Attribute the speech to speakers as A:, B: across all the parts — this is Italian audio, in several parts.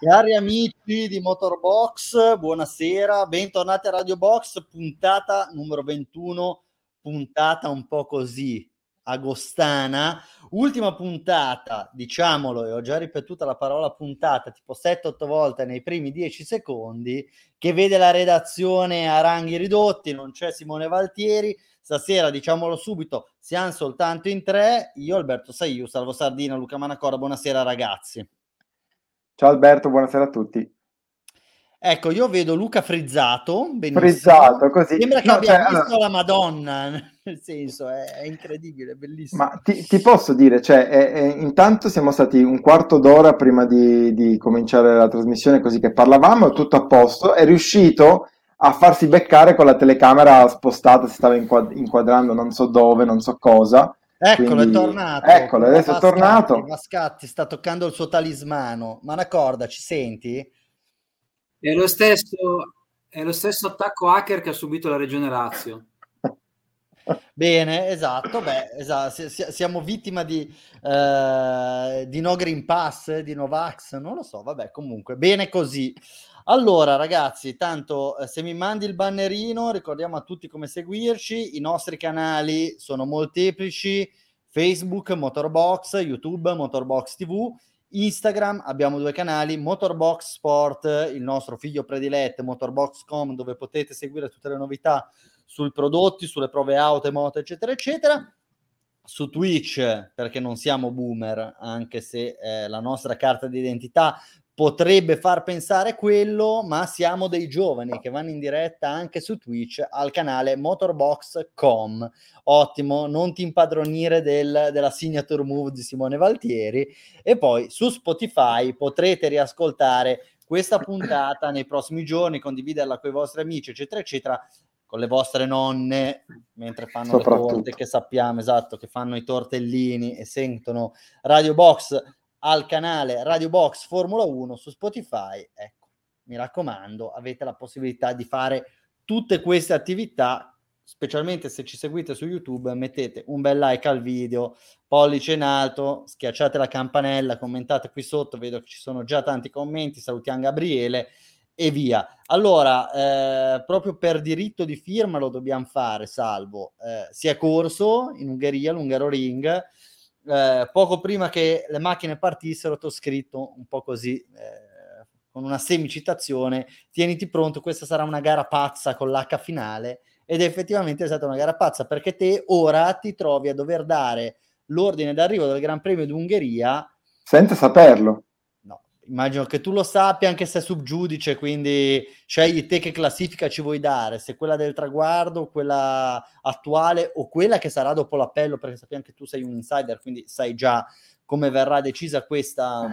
A: Cari amici di Motorbox, buonasera, bentornati a Radio Box, puntata numero 21, puntata un po' così agostana, ultima puntata, diciamolo, e ho già ripetuto la parola puntata tipo 7-8 volte nei primi 10 secondi, che vede la redazione a ranghi ridotti, non c'è Simone Valtieri, stasera, diciamolo subito, siamo soltanto in tre, io Alberto Saiu, Salvo Sardina, Luca Manacora, buonasera ragazzi.
B: Ciao Alberto, buonasera a tutti.
A: Ecco, io vedo Luca frizzato, benissimo.
B: Frizzato, così.
A: Sembra che
B: No,
A: abbia
B: cioè,
A: visto
B: allora,
A: la Madonna, nel senso, è incredibile, è bellissimo.
B: ma ti posso dire, cioè, intanto siamo stati un quarto d'ora prima di cominciare la trasmissione, così che parlavamo, tutto a posto, è riuscito a farsi beccare con la telecamera spostata, si stava inquadrando non so dove, non so cosa,
A: Eccolo, è
B: quindi
A: tornato,
B: eccolo,
A: va
B: adesso è
A: a scatti,
B: tornato.
A: va a scatti, sta toccando il suo talismano. Manacorda, ci senti?
C: È lo stesso attacco hacker che ha subito la Regione Lazio.
A: Bene, esatto, siamo vittima di no Green Pass, di Novax, non lo so, vabbè, comunque, bene così. Allora, ragazzi, tanto se mi mandi il bannerino, ricordiamo a tutti come seguirci, i nostri canali sono molteplici, Facebook, Motorbox, YouTube, Motorbox TV, Instagram, abbiamo 2 canali, Motorbox Sport, il nostro figlio prediletto, Motorbox.com, dove potete seguire tutte le novità sui prodotti, sulle prove auto e moto, eccetera, eccetera. Su Twitch, perché non siamo boomer, anche se la nostra carta d'identità potrebbe far pensare quello, ma siamo dei giovani che vanno in diretta anche su Twitch al canale Motorbox.com. Ottimo, non ti impadronire della signature move di Simone Valtieri. E poi su Spotify potrete riascoltare questa puntata nei prossimi giorni, condividerla con i vostri amici, eccetera, eccetera, con le vostre nonne mentre fanno le torte, che sappiamo, esatto, che fanno i tortellini e sentono Radio Box al canale Radio Box Formula 1 su Spotify. Ecco, mi raccomando, avete la possibilità di fare tutte queste attività, specialmente se ci seguite su YouTube, mettete un bel like al video, pollice in alto, schiacciate la campanella, commentate qui sotto, vedo che ci sono già tanti commenti, salutiamo Gabriele e via. Allora, proprio per diritto di firma lo dobbiamo fare, Salvo. Si è corso in Ungheria, l'Ungaroring, poco prima che le macchine partissero ti ho scritto un po' così, con una semicitazione: tieniti pronto, questa sarà una gara pazza con l'H finale, ed effettivamente è stata una gara pazza, perché te ora ti trovi a dover dare l'ordine d'arrivo del Gran Premio d'Ungheria
B: senza saperlo.
A: No, immagino che tu lo sappia, anche se è subgiudice, quindi scegli te che classifica ci vuoi dare, se quella del traguardo, quella attuale o quella che sarà dopo l'appello, perché sappiamo che tu sei un insider, quindi sai già come verrà decisa questa.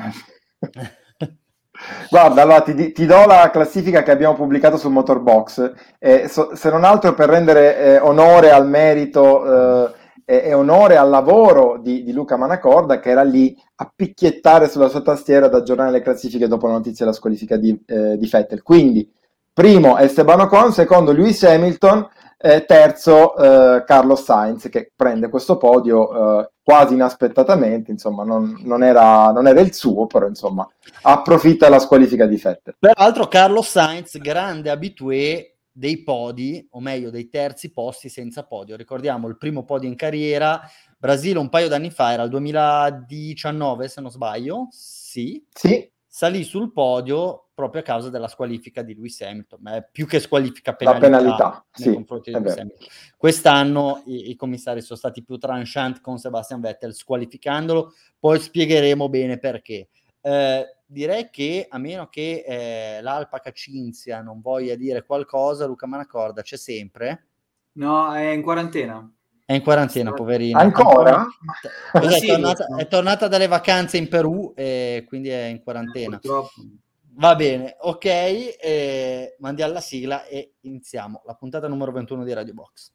B: Guarda, allora ti do la classifica che abbiamo pubblicato su Motorbox, se non altro per rendere onore al merito e onore al lavoro di Luca Manacorda, che era lì a picchiettare sulla sua tastiera ad aggiornare le classifiche dopo la notizia della squalifica di Vettel. Quindi, primo Esteban Ocon, secondo Lewis Hamilton, terzo Carlos Sainz, che prende questo podio quasi inaspettatamente, insomma non era il suo, però insomma approfitta della squalifica di Vettel.
A: Peraltro Carlos Sainz, grande abitué dei podi, o meglio dei terzi posti senza podio. Ricordiamo il primo podio in carriera, Brasile un paio d'anni fa, era il 2019 se non sbaglio, sì. Salì sul podio proprio a causa della squalifica di Lewis Hamilton, ma è più che squalifica, penalità nei confronti di Lewis Hamilton. Quest'anno i commissari sono stati più tranchant con Sebastian Vettel, squalificandolo, poi spiegheremo bene perché. Direi che, a meno che l'Alpaca Cinzia non voglia dire qualcosa, Luca Manacorda c'è sempre?
C: No, è in quarantena.
A: È in quarantena, poverina.
B: Ancora?
A: È tornata dalle vacanze in Perù e quindi è in quarantena.
C: Purtroppo.
A: Va bene, ok, mandiamo la sigla e iniziamo la puntata numero 21 di Radio Box.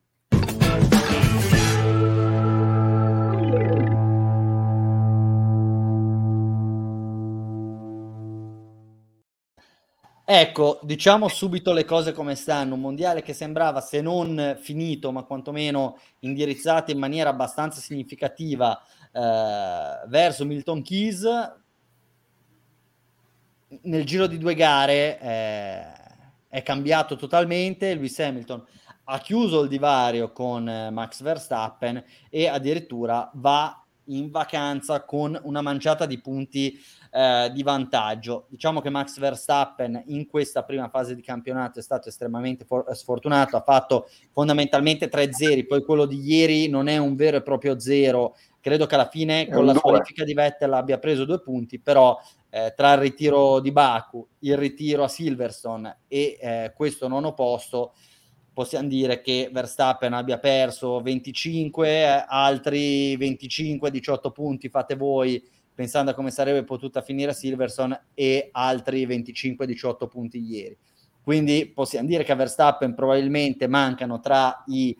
A: Ecco, diciamo subito le cose come stanno. Un mondiale che sembrava, se non finito, ma quantomeno indirizzato in maniera abbastanza significativa verso Milton Keys. nel giro di 2 gare è cambiato totalmente. Lewis Hamilton ha chiuso il divario con Max Verstappen e addirittura va in vacanza con una manciata di punti di vantaggio. Diciamo che Max Verstappen in questa prima fase di campionato è stato estremamente sfortunato, ha fatto fondamentalmente 3 zeri, poi quello di ieri non è un vero e proprio zero, credo che alla fine con la squalifica di Vettel abbia preso 2 punti, però tra il ritiro di Baku, il ritiro a Silverstone e questo nono posto, possiamo dire che Verstappen abbia perso 25, altri 25, 18 punti fate voi, pensando a come sarebbe potuta finire Silverstone, e altri 25-18 punti ieri. Quindi possiamo dire che a Verstappen probabilmente mancano tra i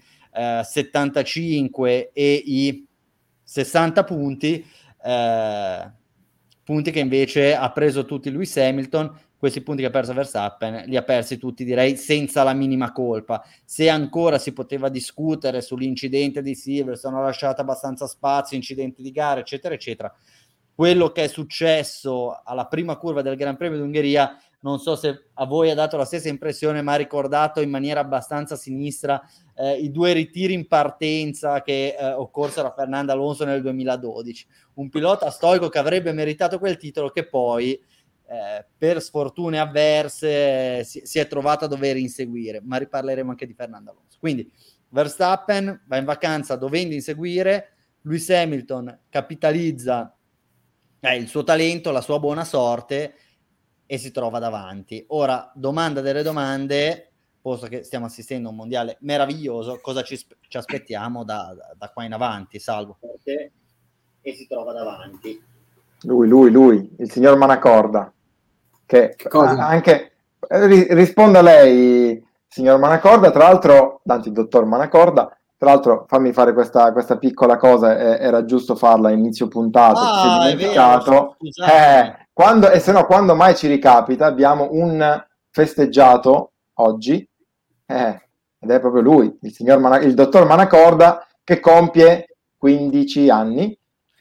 A: 75 e i 60 punti, punti che invece ha preso tutti Lewis Hamilton. Questi punti che ha perso Verstappen li ha persi tutti, direi, senza la minima colpa. Se ancora si poteva discutere sull'incidente di Silverstone, ha lasciato abbastanza spazio, incidenti di gara, eccetera, eccetera, quello che è successo alla prima curva del Gran Premio d'Ungheria, non so se a voi ha dato la stessa impressione, ma ha ricordato in maniera abbastanza sinistra i 2 ritiri in partenza che occorsero a Fernando Alonso nel 2012. Un pilota stoico che avrebbe meritato quel titolo, che poi per sfortune avverse si è trovato a dover inseguire, ma riparleremo anche di Fernando Alonso. Quindi Verstappen va in vacanza dovendo inseguire, Lewis Hamilton capitalizza il suo talento, la sua buona sorte e si trova davanti. Ora, domanda delle domande, posto che stiamo assistendo a un mondiale meraviglioso, cosa ci aspettiamo da qua in avanti, Salvo? E si trova davanti.
B: Lui, il signor Manacorda, che anche risponda lei, signor Manacorda, tra l'altro, anzi, dottor Manacorda, tra l'altro fammi fare questa piccola cosa, era giusto farla a inizio puntata, ti sei dimenticato, e se no quando mai ci ricapita abbiamo un festeggiato oggi, ed è proprio lui, il dottor Manacorda, che compie 15 anni,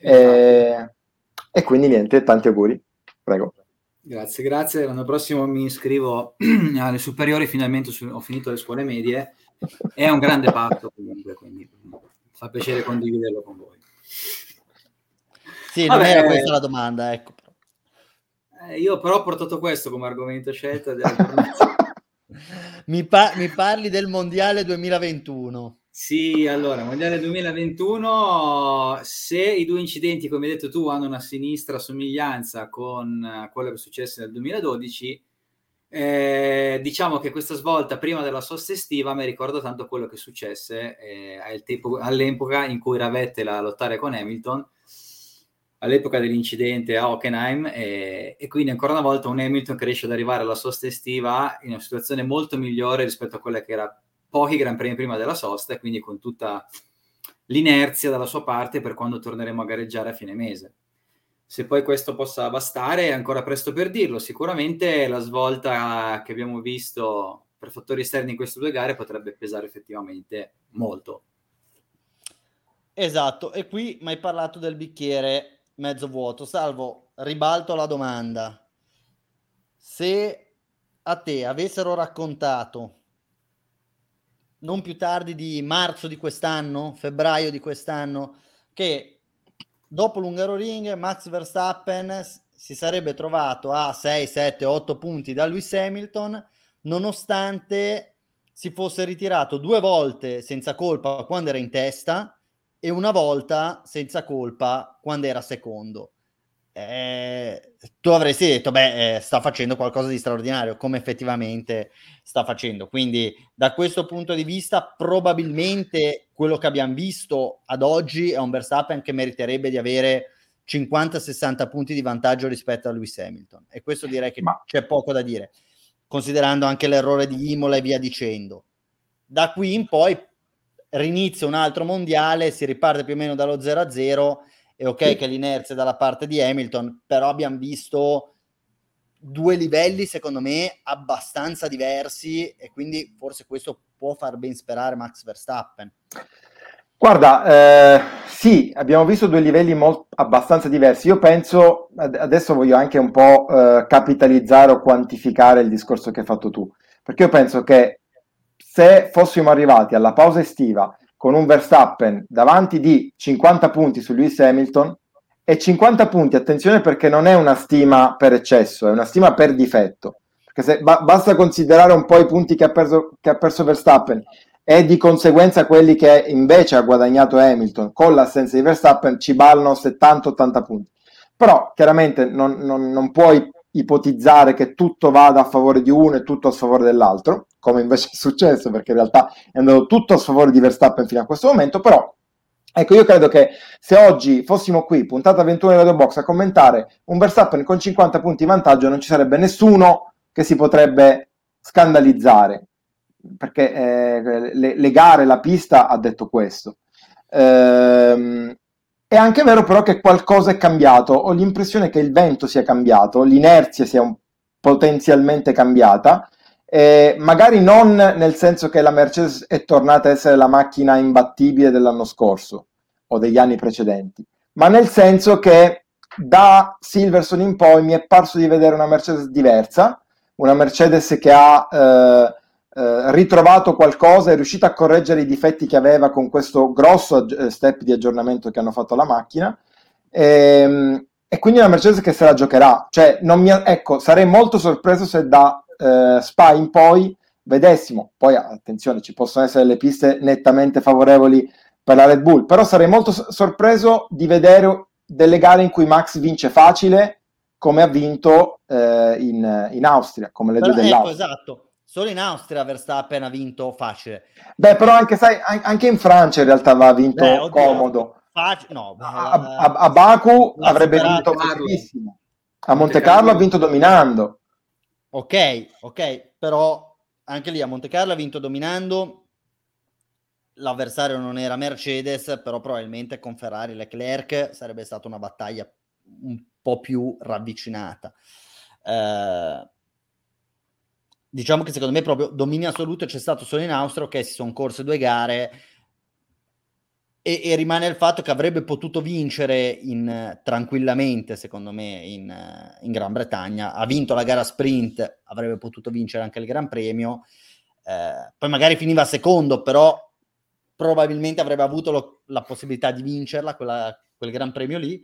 B: e quindi niente, tanti auguri, prego.
C: Grazie. L'anno prossimo mi iscrivo alle superiori, finalmente ho finito le scuole medie. È un grande patto comunque, quindi fa piacere condividerlo con voi.
A: Sì, non era questa la domanda, ecco.
C: Io però ho portato questo come argomento scelta della
A: mi parli del Mondiale 2021.
C: Sì, allora, Mondiale 2021, se i 2 incidenti, come hai detto tu, hanno una sinistra somiglianza con quello che è successo nel 2012, diciamo che questa svolta prima della sosta estiva mi ricorda tanto quello che successe all'epoca in cui era Vettel a lottare con Hamilton, all'epoca dell'incidente a Hockenheim, e quindi ancora una volta un Hamilton che riesce ad arrivare alla sosta estiva in una situazione molto migliore rispetto a quella che era pochi Gran Premi prima della sosta, e quindi con tutta l'inerzia dalla sua parte per quando torneremo a gareggiare a fine mese. Se poi questo possa bastare è ancora presto per dirlo. Sicuramente la svolta che abbiamo visto per fattori esterni in queste 2 gare potrebbe pesare effettivamente molto.
A: Esatto, e qui mi hai parlato del bicchiere mezzo vuoto. Salvo, ribalto la domanda. Se a te avessero raccontato non più tardi di marzo di quest'anno, febbraio di quest'anno, che dopo l'Hungaroring Max Verstappen si sarebbe trovato a 6, 7, 8 punti da Lewis Hamilton, nonostante si fosse ritirato 2 volte senza colpa quando era in testa e una volta senza colpa quando era secondo. Tu avresti detto, sta facendo qualcosa di straordinario, come effettivamente sta facendo. Quindi da questo punto di vista probabilmente quello che abbiamo visto ad oggi è un Verstappen che meriterebbe di avere 50-60 punti di vantaggio rispetto a Lewis Hamilton, e questo direi che c'è poco da dire, considerando anche l'errore di Imola e via dicendo. Da qui in poi rinizia un altro mondiale, si riparte più o meno dallo 0-0. È ok che l'inerzia è dalla parte di Hamilton, però abbiamo visto 2 livelli secondo me abbastanza diversi, e quindi forse questo può far ben sperare Max Verstappen.
B: Guarda, sì, abbiamo visto due livelli abbastanza diversi. Io penso, adesso voglio anche un po' capitalizzare o quantificare il discorso che hai fatto tu, perché io penso che se fossimo arrivati alla pausa estiva con un Verstappen davanti di 50 punti su Lewis Hamilton, e 50 punti, attenzione perché non è una stima per eccesso, è una stima per difetto, perché se basta considerare un po' i punti che ha perso Verstappen e di conseguenza quelli che invece ha guadagnato Hamilton con l'assenza di Verstappen ci ballano 70-80 punti. Però chiaramente non puoi ipotizzare che tutto vada a favore di uno e tutto a sfavore dell'altro, come invece è successo, perché in realtà è andato tutto a sfavore di Verstappen fino a questo momento, però ecco, io credo che se oggi fossimo qui, puntata 21 di Radio Box, a commentare un Verstappen con 50 punti di vantaggio, non ci sarebbe nessuno che si potrebbe scandalizzare, perché le gare, la pista ha detto questo. È anche vero però che qualcosa è cambiato, ho l'impressione che il vento sia cambiato, l'inerzia sia potenzialmente cambiata, magari non nel senso che la Mercedes è tornata a essere la macchina imbattibile dell'anno scorso o degli anni precedenti, ma nel senso che da Silverstone in poi mi è parso di vedere una Mercedes diversa, una Mercedes che ha ritrovato qualcosa, è riuscita a correggere i difetti che aveva con questo grosso step di aggiornamento che hanno fatto alla macchina, e quindi una Mercedes che se la giocherà, cioè ecco, sarei molto sorpreso se da Spa in poi vedessimo, poi attenzione, ci possono essere le piste nettamente favorevoli per la Red Bull, però sarei molto sorpreso di vedere delle gare in cui Max vince facile come ha vinto in Austria, come le
A: Però,
B: due
A: ecco,
B: dell'Austria.
A: esatto, solo in Austria Verstappen ha vinto facile.
B: Beh, però anche, sai, anche in Francia in realtà aveva
A: Beh,
B: vinto
A: oddio,
B: comodo.
A: no, beh,
B: A Baku
A: l'ha
B: avrebbe
C: Monte
B: vinto
A: superato.
C: Carlo.
B: facilissimo. A
C: A Monte
B: Monte Carlo ha
C: Carlo.
B: vinto dominando.
A: Ok, però anche lì a Monte Carlo ha vinto dominando. L'avversario non era Mercedes, però probabilmente con Ferrari e Leclerc sarebbe stata una battaglia un po' più ravvicinata. Diciamo che secondo me proprio dominio assoluto c'è stato solo in Austria, che si sono corse 2 gare e rimane il fatto che avrebbe potuto vincere tranquillamente, secondo me, in Gran Bretagna. Ha vinto la gara sprint, avrebbe potuto vincere anche il Gran Premio. Poi magari finiva secondo, però probabilmente avrebbe avuto la possibilità di vincerla, quel Gran Premio lì.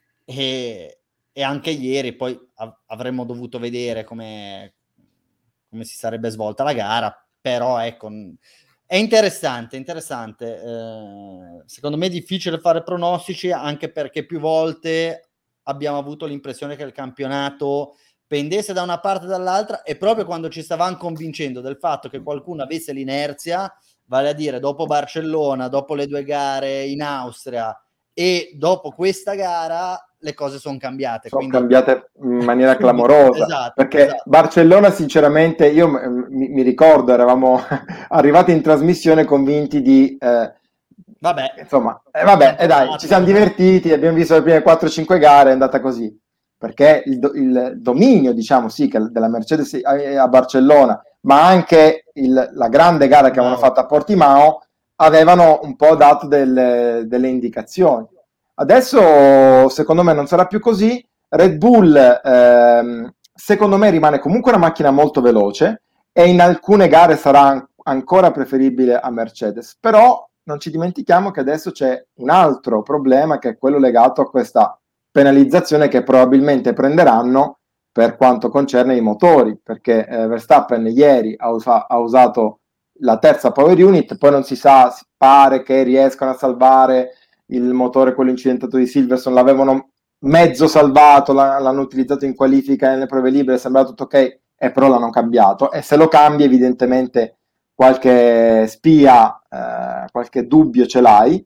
A: E anche ieri poi avremmo dovuto vedere come si sarebbe svolta la gara, però ecco, è interessante. Secondo me è difficile fare pronostici, anche perché più volte abbiamo avuto l'impressione che il campionato pendesse da una parte o dall'altra, e proprio quando ci stavamo convincendo del fatto che qualcuno avesse l'inerzia, vale a dire dopo Barcellona, dopo le 2 gare in Austria e dopo questa gara, le cose sono cambiate.
B: Sono
A: Quindi
B: cambiate in maniera
A: subito,
B: clamorosa,
A: esatto.
B: perché Barcellona sinceramente io mi ricordo, eravamo arrivati in trasmissione convinti di
A: Vabbè,
B: insomma,
A: abbiamo
B: dai, ci siamo
A: provato.
B: divertiti, abbiamo visto le prime 4-5 gare, è andata così, perché il dominio, diciamo, sì, della Mercedes a Barcellona, ma anche la grande gara che avevano fatto a Portimao avevano un po' dato delle indicazioni. Adesso secondo me non sarà più così. Red Bull secondo me rimane comunque una macchina molto veloce e in alcune gare sarà ancora preferibile a Mercedes, però non ci dimentichiamo che adesso c'è un altro problema, che è quello legato a questa penalizzazione che probabilmente prenderanno per quanto concerne i motori, perché Verstappen ieri ha usato la terza power unit, poi non si sa, pare che riescano a salvare il motore, quello incidentato di Silverstone, l'avevano mezzo salvato, l'hanno utilizzato in qualifica nelle prove libere, sembrava tutto ok, e però l'hanno cambiato, e se lo cambi evidentemente qualche spia, qualche dubbio ce l'hai,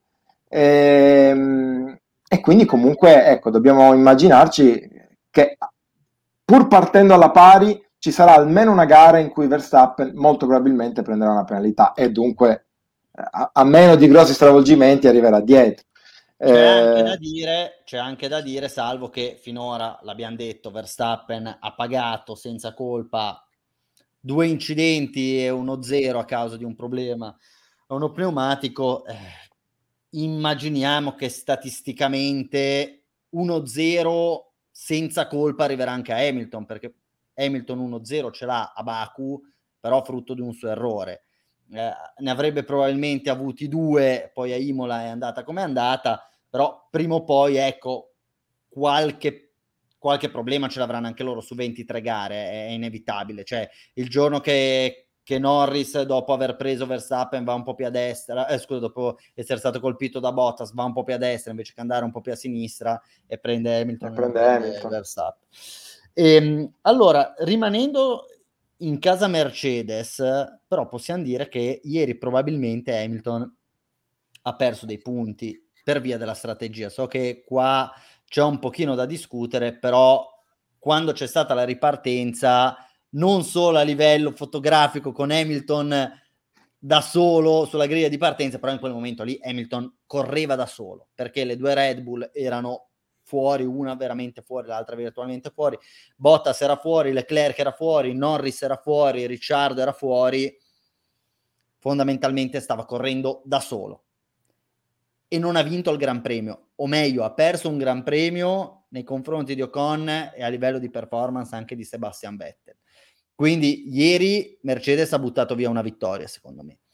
B: e quindi comunque ecco, dobbiamo immaginarci che pur partendo alla pari ci sarà almeno una gara in cui Verstappen molto probabilmente prenderà una penalità e dunque a meno di grossi stravolgimenti arriverà dietro.
A: C'è anche da dire, salvo che finora, l'abbiamo detto, Verstappen ha pagato senza colpa 2 incidenti e 1-0 a causa di un problema a uno pneumatico. immaginiamo che statisticamente 1-0 senza colpa arriverà anche a Hamilton, perché Hamilton 1-0 ce l'ha a Baku, però frutto di un suo errore. Ne avrebbe probabilmente avuti 2, poi a Imola è andata come è andata, però prima o poi, ecco, qualche problema ce l'avranno anche loro su 23 gare, è inevitabile. Cioè, il giorno che Norris, dopo aver preso Verstappen, va un po' più a destra, dopo essere stato colpito da Bottas, va un po' più a destra invece che andare un po' più a sinistra e prende Hamilton, prende Verstappen. Allora, rimanendo in casa Mercedes, però possiamo dire che ieri probabilmente Hamilton ha perso dei punti per via della strategia. So che qua c'è un pochino da discutere, però quando c'è stata la ripartenza, non solo a livello fotografico con Hamilton da solo sulla griglia di partenza, però in quel momento lì Hamilton correva da solo, perché le 2 Red Bull erano fuori, una veramente fuori, l'altra virtualmente fuori, Bottas era fuori, Leclerc era fuori, Norris era fuori, Ricciardo era fuori, fondamentalmente stava correndo da solo e non ha vinto il Gran Premio, o meglio ha perso un Gran Premio nei confronti di Ocon e a livello di performance anche di Sebastian Vettel. Quindi ieri Mercedes ha buttato via una vittoria, secondo me.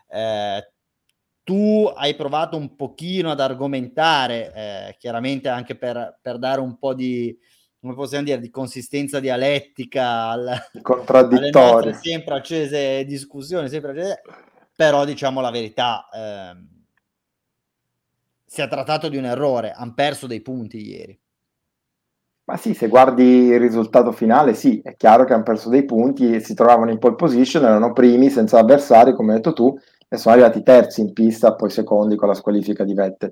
A: Tu hai provato un pochino ad argomentare, chiaramente anche per dare un po' di, come possiamo dire, di consistenza dialettica alle nostre sempre accese discussioni, però diciamo la verità, si è trattato di un errore, hanno perso dei punti ieri.
B: Ma sì, se guardi il risultato finale, sì, è chiaro che hanno perso dei punti e si trovavano in pole position, erano primi senza avversari, come hai detto tu, e sono arrivati terzi in pista, poi secondi con la squalifica di Vettel.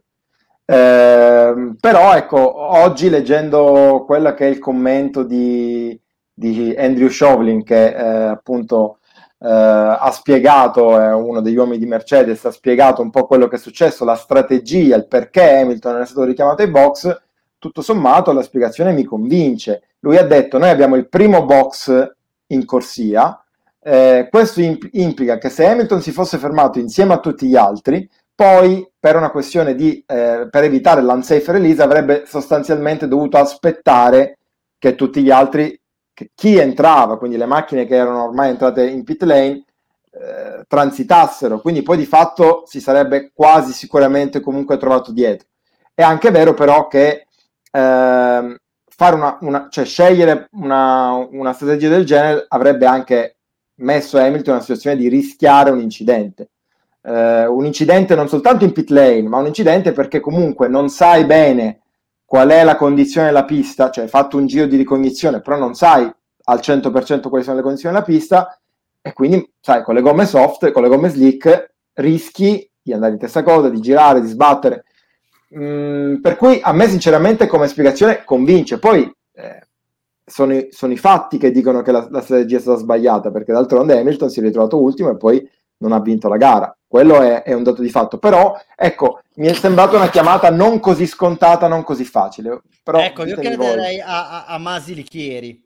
B: Però ecco, oggi leggendo quello che è il commento di Andrew Shovlin, che appunto ha spiegato, è uno degli uomini di Mercedes, ha spiegato un po' quello che è successo, la strategia, il perché Hamilton non è stato richiamato ai box. Tutto sommato la spiegazione mi convince. Lui ha detto: noi abbiamo il primo box in corsia, questo implica che se Hamilton si fosse fermato insieme a tutti gli altri, poi per una questione di per evitare l'unsafe release avrebbe sostanzialmente dovuto aspettare che tutti gli altri, che chi entrava, quindi le macchine che erano ormai entrate in pit lane, transitassero, quindi poi di fatto si sarebbe quasi sicuramente comunque trovato dietro. È anche vero però che fare cioè scegliere una strategia del genere avrebbe anche messo Hamilton in una situazione di rischiare un incidente non soltanto in pit lane, ma un incidente perché comunque non sai bene qual è la condizione della pista, cioè hai fatto un giro di ricognizione, però non sai al 100% quali sono le condizioni della pista, e quindi sai, con le gomme soft, con le gomme slick, rischi di andare in testa coda, di girare, di sbattere. Per cui a me sinceramente come spiegazione convince. Poi sono i fatti che dicono che la strategia è stata sbagliata, perché d'altronde Hamilton si è ritrovato ultimo e poi non ha vinto la gara. Quello è un dato di fatto. Però ecco, mi è sembrata una chiamata non così scontata, non così facile. Però
A: ecco, io chiederei a Masi Lichieri.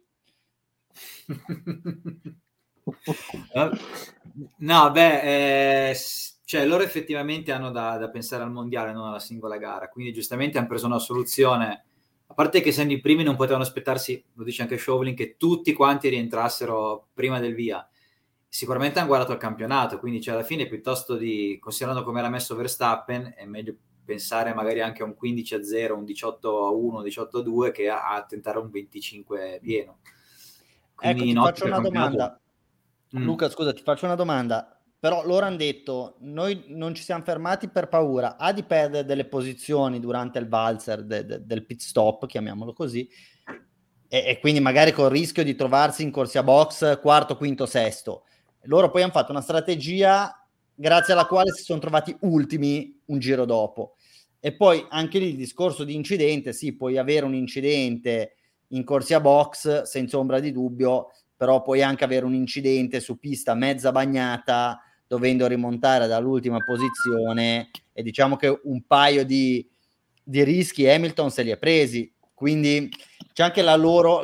C: No, beh, cioè loro effettivamente hanno da pensare al mondiale, non alla singola gara, quindi giustamente hanno preso una soluzione, a parte che essendo i primi non potevano aspettarsi, lo dice anche Shovlin, che tutti quanti rientrassero prima del via. Sicuramente hanno guardato il campionato, quindi cioè, alla fine piuttosto di, considerando come era messo Verstappen, è meglio pensare magari anche a un 15-0, un 18-1, un 18-2 che a tentare un 25 pieno. Quindi
A: ecco, ti faccio una domanda. Luca, scusa, ti faccio una domanda. Però loro hanno detto, noi non ci siamo fermati per paura, di perdere delle posizioni durante il valzer del pit stop, chiamiamolo così, e quindi magari con il rischio di trovarsi in corsia box quarto, quinto, sesto. Loro poi hanno fatto una strategia grazie alla quale si sono trovati ultimi un giro dopo. E poi anche lì il discorso di incidente, sì, puoi avere un incidente in corsia box senza ombra di dubbio, però puoi anche avere un incidente su pista mezza bagnata dovendo rimontare dall'ultima posizione, e diciamo che un paio di rischi Hamilton se li ha presi, quindi c'è anche il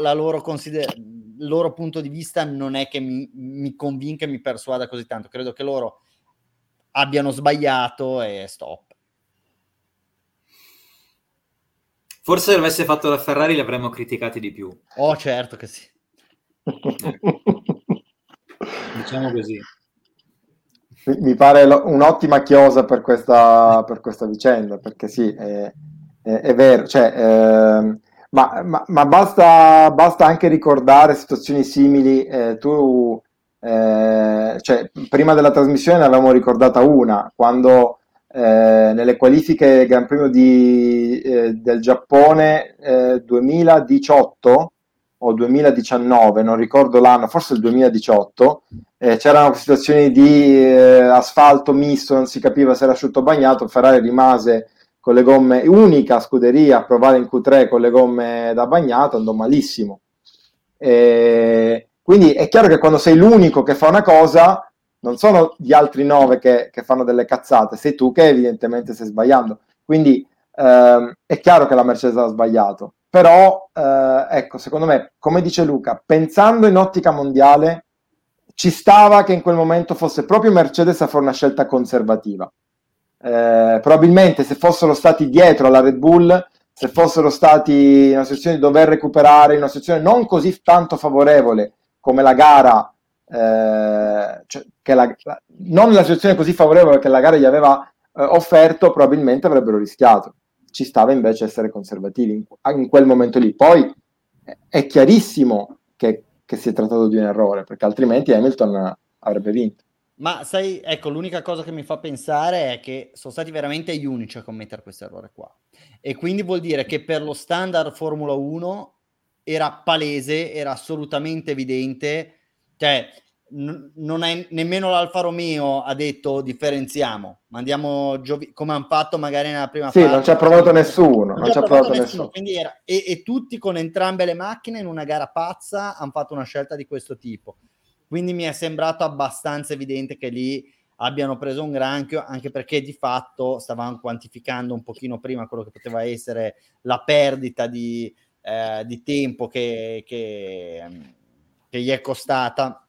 A: loro punto di vista non è che mi convinca e mi persuada così tanto. Credo che loro abbiano sbagliato e stop.
C: Forse se avesse fatto la Ferrari li avremmo criticati di più.
A: Oh, certo che sì.
C: Diciamo così.
B: Mi pare un'ottima chiosa per questa vicenda, perché sì, è vero, cioè, ma basta anche ricordare situazioni simili. Cioè, prima della trasmissione ne avevamo ricordata una, quando nelle qualifiche Gran Premio del Giappone 2018 o 2019, non ricordo l'anno, forse il 2018, c'erano situazioni di asfalto misto, non si capiva se era asciutto o bagnato. Ferrari rimase con le gomme, unica scuderia a provare in Q3 con le gomme da bagnato, andò malissimo. Quindi è chiaro che quando sei l'unico che fa una cosa, non sono gli altri 9 che fanno delle cazzate, sei tu che evidentemente stai sbagliando. Quindi è chiaro che la Mercedes ha sbagliato, però ecco, secondo me, come dice Luca, pensando in ottica mondiale, ci stava che in quel momento fosse proprio Mercedes a fare una scelta conservativa. Probabilmente se fossero stati dietro alla Red Bull, se fossero stati in una situazione di dover recuperare, in una situazione non così tanto favorevole come la gara, non la situazione così favorevole che la gara gli aveva offerto, probabilmente avrebbero rischiato. Ci stava invece essere conservativi in quel momento lì. Poi è chiarissimo che si è trattato di un errore, perché altrimenti Hamilton avrebbe vinto.
A: Ma sai, ecco, l'unica cosa che mi fa pensare è che sono stati veramente gli unici a commettere questo errore qua. E quindi vuol dire che per lo standard Formula 1 era palese, era assolutamente evidente, cioè non è nemmeno l'Alfa Romeo ha detto differenziamo, mandiamo come hanno fatto magari nella prima
B: sì,
A: fase.
B: non ci ha provato nessuno,
A: Non ci ha provato nessuno. Quindi e tutti con entrambe le macchine in una gara pazza hanno fatto una scelta di questo tipo. Quindi mi è sembrato abbastanza evidente che lì abbiano preso un granchio, anche perché di fatto stavano quantificando un pochino prima quello che poteva essere la perdita di tempo che gli è costata.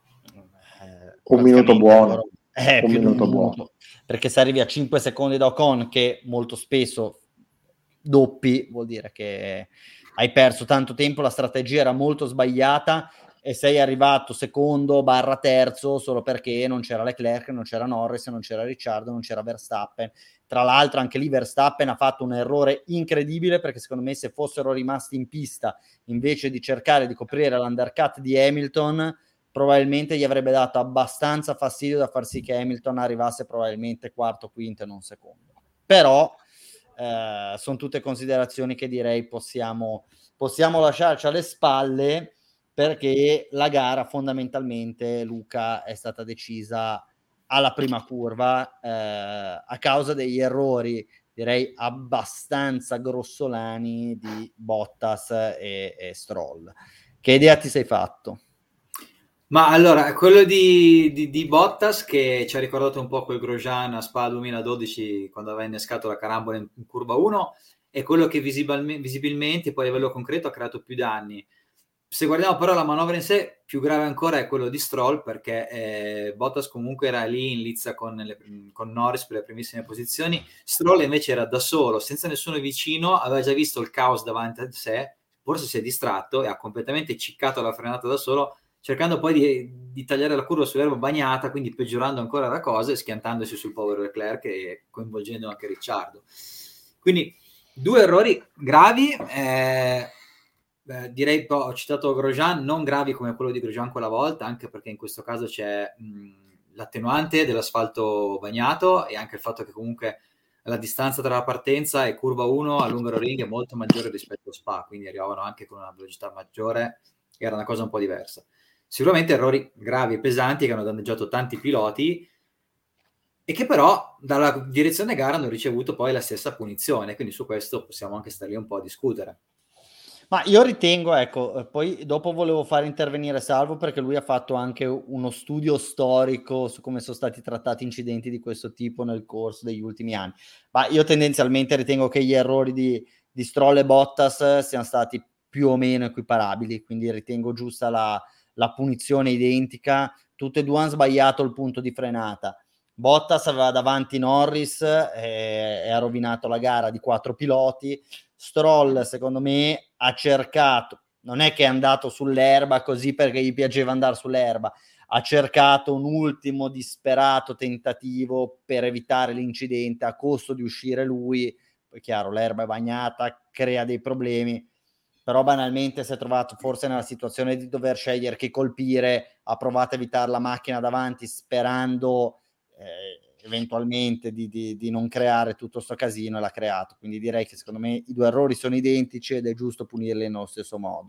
B: Un minuto buono.
A: Loro, più di un minuto, perché se arrivi a 5 secondi da Ocon, che molto spesso doppi, vuol dire che hai perso tanto tempo, la strategia era molto sbagliata e sei arrivato secondo / terzo solo perché non c'era Leclerc, non c'era Norris, non c'era Ricciardo, non c'era Verstappen. Tra l'altro anche lì Verstappen ha fatto un errore incredibile, perché secondo me se fossero rimasti in pista invece di cercare di coprire l'undercut di Hamilton, probabilmente gli avrebbe dato abbastanza fastidio da far sì che Hamilton arrivasse probabilmente quarto, quinto e non secondo. Però sono tutte considerazioni che direi possiamo lasciarci alle spalle, perché la gara fondamentalmente, Luca, è stata decisa alla prima curva a causa degli errori, direi abbastanza grossolani, di Bottas e Stroll. Che idea ti sei fatto?
C: Ma allora, quello di Bottas, che ci ha ricordato un po' quel Grosjean a Spa 2012 quando aveva innescato la carambola in curva 1, è quello che visibilmente poi a livello concreto ha creato più danni. Se guardiamo però la manovra in sé, più grave ancora è quello di Stroll, perché Bottas comunque era lì in lizza con Norris per le primissime posizioni. Stroll invece era da solo, senza nessuno vicino, aveva già visto il caos davanti a sé, forse si è distratto e ha completamente ciccato la frenata da solo, cercando poi di tagliare la curva sull'erba bagnata, quindi peggiorando ancora la cosa e schiantandosi sul povero Leclerc e coinvolgendo anche Ricciardo. Quindi 2 errori gravi, direi, ho citato Grosjean, non gravi come quello di Grosjean quella volta, anche perché in questo caso c'è l'attenuante dell'asfalto bagnato e anche il fatto che comunque la distanza tra la partenza e curva 1 a Hungaroring è molto maggiore rispetto a Spa, quindi arrivavano anche con una velocità maggiore, era una cosa un po' diversa. Sicuramente errori gravi e pesanti che hanno danneggiato tanti piloti e che però dalla direzione gara hanno ricevuto poi la stessa punizione, quindi su questo possiamo anche stare lì un po' a discutere.
A: Ma io ritengo, ecco, poi dopo volevo fare intervenire Salvo, perché lui ha fatto anche uno studio storico su come sono stati trattati incidenti di questo tipo nel corso degli ultimi anni. Ma io tendenzialmente ritengo che gli errori di Stroll e Bottas siano stati più o meno equiparabili, quindi ritengo giusta la punizione identica. Tutte e due hanno sbagliato il punto di frenata. Bottas aveva davanti Norris e ha rovinato la gara di 4 piloti. Stroll, secondo me, ha cercato, non è che è andato sull'erba così perché gli piaceva andare sull'erba, ha cercato un ultimo disperato tentativo per evitare l'incidente a costo di uscire lui. Poi chiaro, l'erba è bagnata, crea dei problemi, però banalmente si è trovato forse nella situazione di dover scegliere chi colpire, ha provato a evitare la macchina davanti sperando eventualmente di non creare tutto sto casino, e l'ha creato. Quindi direi che secondo me i due errori sono identici ed è giusto punirli nello stesso modo.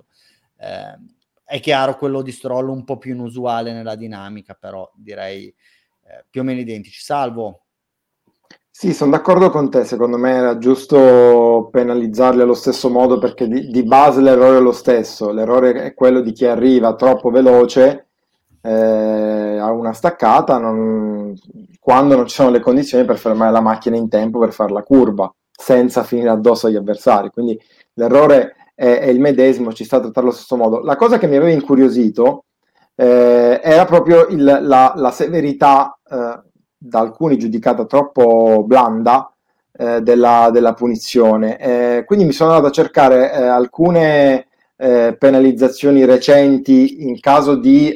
A: È chiaro, quello di Stroll un po' più inusuale nella dinamica, però direi più o meno identici. Salvo.
B: Sì, sono d'accordo con te, secondo me era giusto penalizzarli allo stesso modo perché di base l'errore è lo stesso, l'errore è quello di chi arriva troppo veloce a una staccata quando non ci sono le condizioni per fermare la macchina in tempo per fare la curva senza finire addosso agli avversari, quindi l'errore è il medesimo, ci sta a trattare allo stesso modo. La cosa che mi aveva incuriosito era proprio la severità da alcuni giudicata troppo blanda della punizione. Quindi mi sono andato a cercare alcune penalizzazioni recenti in caso di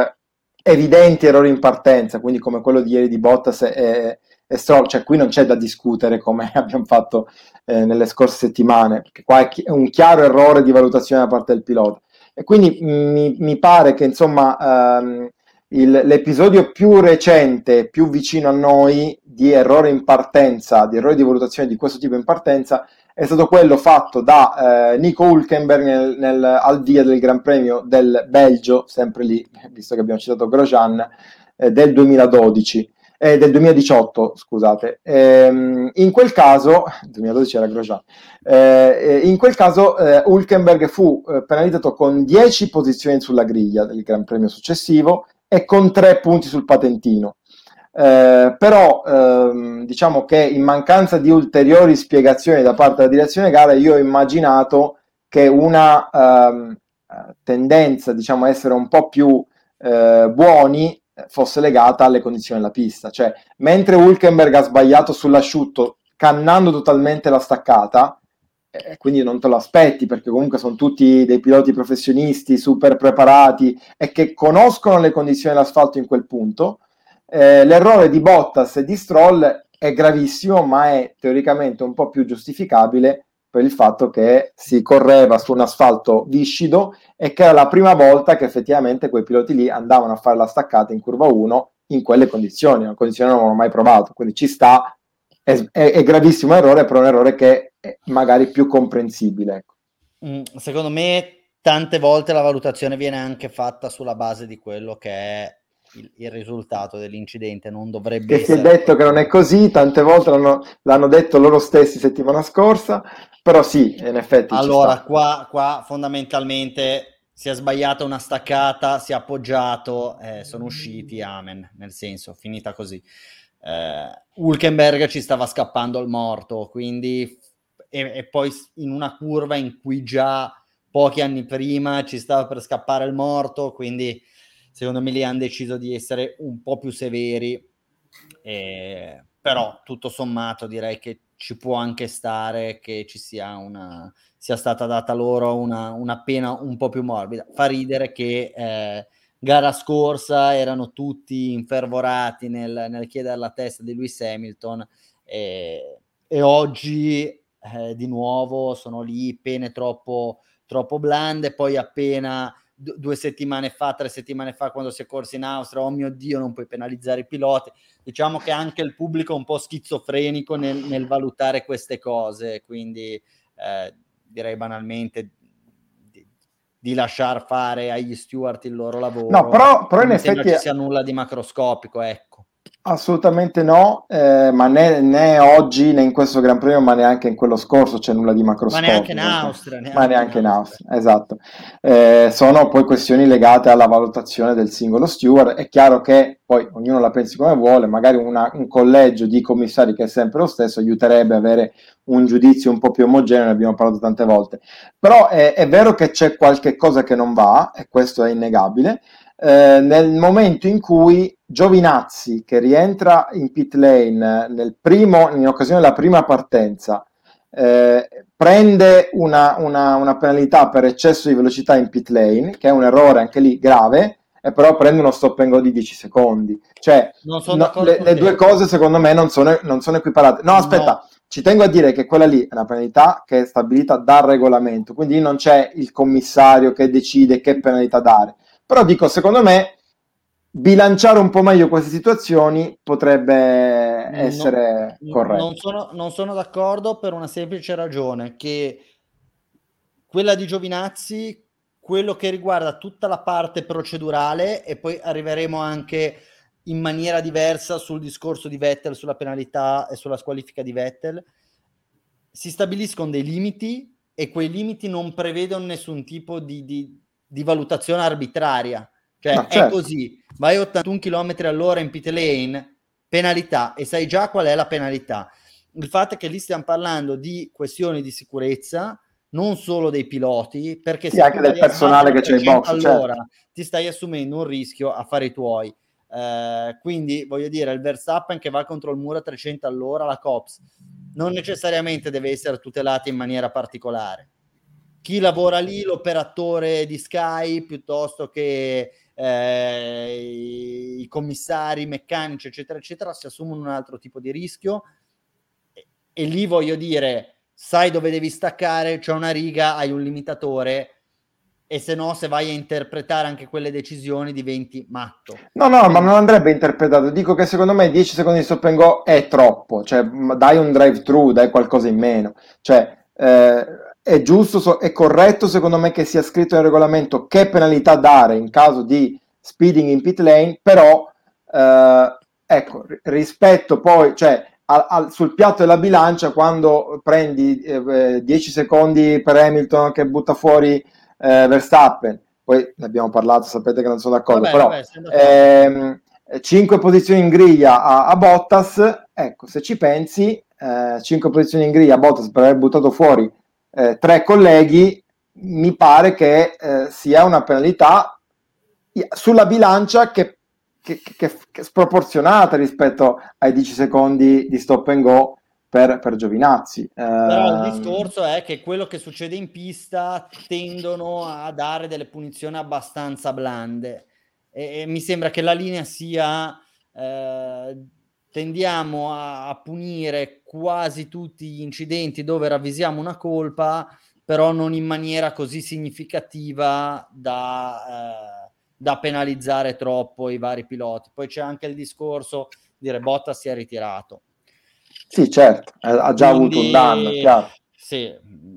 B: evidenti errori in partenza, quindi come quello di ieri di Bottas e Stroll, cioè qui non c'è da discutere come abbiamo fatto nelle scorse settimane, perché qua è un chiaro errore di valutazione da parte del pilota. E quindi mi pare che insomma l'episodio più recente, più vicino a noi di errore in partenza, di errore di valutazione di questo tipo in partenza, è stato quello fatto da Nico Hülkenberg al via del Gran Premio del Belgio, sempre lì, visto che abbiamo citato Grosjean, del 2012. Del 2018, scusate. In quel caso, 2012 era Grosjean, in quel caso Hülkenberg fu penalizzato con 10 posizioni sulla griglia del Gran Premio successivo e con 3 punti sul patentino. Però diciamo che in mancanza di ulteriori spiegazioni da parte della direzione gara, io ho immaginato che una tendenza, diciamo, a essere un po' più buoni fosse legata alle condizioni della pista, cioè mentre Hülkenberg ha sbagliato sull'asciutto cannando totalmente la staccata, quindi non te lo aspetti perché comunque sono tutti dei piloti professionisti super preparati e che conoscono le condizioni dell'asfalto in quel punto. L'errore di Bottas e di Stroll è gravissimo, ma è teoricamente un po' più giustificabile per il fatto che si correva su un asfalto viscido e che era la prima volta che effettivamente quei piloti lì andavano a fare la staccata in curva 1 in quelle condizioni, una condizione non avevano mai provato, quindi ci sta, è gravissimo errore, però è un errore che è magari più comprensibile.
A: Secondo me tante volte la valutazione viene anche fatta sulla base di quello che è il risultato dell'incidente, non dovrebbe
B: che
A: essere...
B: si è detto che non è così, tante volte l'hanno detto loro stessi settimana scorsa, però sì, in effetti
A: allora,
B: ci sta.
A: qua fondamentalmente si è sbagliata una staccata, si è appoggiato, sono usciti, amen, nel senso, finita così. Hülkenberg ci stava scappando il morto, quindi e poi in una curva in cui già pochi anni prima ci stava per scappare il morto, quindi secondo me lì hanno deciso di essere un po' più severi, però tutto sommato direi che ci può anche stare che ci sia stata data loro una pena un po' più morbida. Fa ridere che gara scorsa erano tutti infervorati nel chiedere la testa di Lewis Hamilton e oggi di nuovo sono lì, pene troppo blande. Poi appena 2 settimane fa, 3 settimane fa, quando si è corso in Austria, oh mio Dio, non puoi penalizzare i piloti. Diciamo che anche il pubblico è un po' schizofrenico nel valutare queste cose, quindi direi banalmente di lasciar fare agli steward il loro lavoro.
B: No, però in effetti
A: non ci sia nulla di macroscopico, ecco.
B: Assolutamente no, ma né oggi né in questo Gran Premio, ma neanche in quello scorso c'è nulla di macroscopico.
A: Ma neanche in Austria.
B: Ma neanche in Austria, esatto. Sono poi questioni legate alla valutazione del singolo steward. È chiaro che poi ognuno la pensi come vuole, magari un collegio di commissari che è sempre lo stesso aiuterebbe a avere un giudizio un po' più omogeneo, ne abbiamo parlato tante volte. Però è vero che c'è qualche cosa che non va, e questo è innegabile, nel momento in cui Giovinazzi che rientra in pit lane in occasione della prima partenza, prende una penalità per eccesso di velocità in pit lane, che è un errore anche lì grave, e però prende uno stop and go di 10 secondi. Cioè, le due cose secondo me non sono equiparate. No, aspetta, ci tengo a dire che quella lì è una penalità che è stabilita dal regolamento, quindi non c'è il commissario che decide che penalità dare. Però dico, secondo me, bilanciare un po' meglio queste situazioni potrebbe essere corretto.
A: Non sono d'accordo per una semplice ragione, che quella di Giovinazzi, quello che riguarda tutta la parte procedurale, e poi arriveremo anche in maniera diversa sul discorso di Vettel, sulla penalità e sulla squalifica di Vettel, si stabiliscono dei limiti e quei limiti non prevedono nessun tipo di valutazione arbitraria. Cioè,
B: no, certo.
A: È così, vai 81 km all'ora in pit lane, penalità, e sai già qual è la penalità. Il fatto è che lì stiamo parlando di questioni di sicurezza, non solo dei piloti, perché
B: sì, anche del personale che c'è in box,
A: allora
B: certo.
A: ti stai assumendo un rischio a fare i tuoi. Quindi voglio dire, il Verstappen che va contro il muro a 300 all'ora, la Copse, non necessariamente deve essere tutelata in maniera particolare. Chi lavora lì, l'operatore di Sky, piuttosto che i commissari meccanici, eccetera, eccetera, si assumono un altro tipo di rischio. E lì voglio dire, sai dove devi staccare, c'è una riga, hai un limitatore, e se no, se vai a interpretare anche quelle decisioni diventi matto.
B: No, ma non andrebbe interpretato. Dico che secondo me 10 secondi di stop and go è troppo, cioè dai un drive through, dai qualcosa in meno. Cioè, è giusto, è corretto secondo me che sia scritto nel regolamento che penalità dare in caso di speeding in pit lane, però ecco, rispetto poi, cioè sul piatto della bilancia, quando prendi 10 secondi per Hamilton che butta fuori Verstappen, poi ne abbiamo parlato, sapete che non sono d'accordo, però 5 posizioni in griglia a Bottas, ecco, se ci pensi, 5 posizioni in griglia a Bottas per aver buttato fuori 3 colleghi, mi pare che sia una penalità sulla bilancia che è sproporzionata rispetto ai 10 secondi di stop and go per Giovinazzi.
A: Però il discorso è che quello che succede in pista tendono a dare delle punizioni abbastanza blande, e mi sembra che la linea sia tendiamo a punire quasi tutti gli incidenti dove ravvisiamo una colpa, però non in maniera così significativa da penalizzare troppo i vari piloti. Poi c'è anche il discorso dire Bottas si è ritirato.
B: Sì, certo, ha già avuto un danno, chiaro.
A: Sì,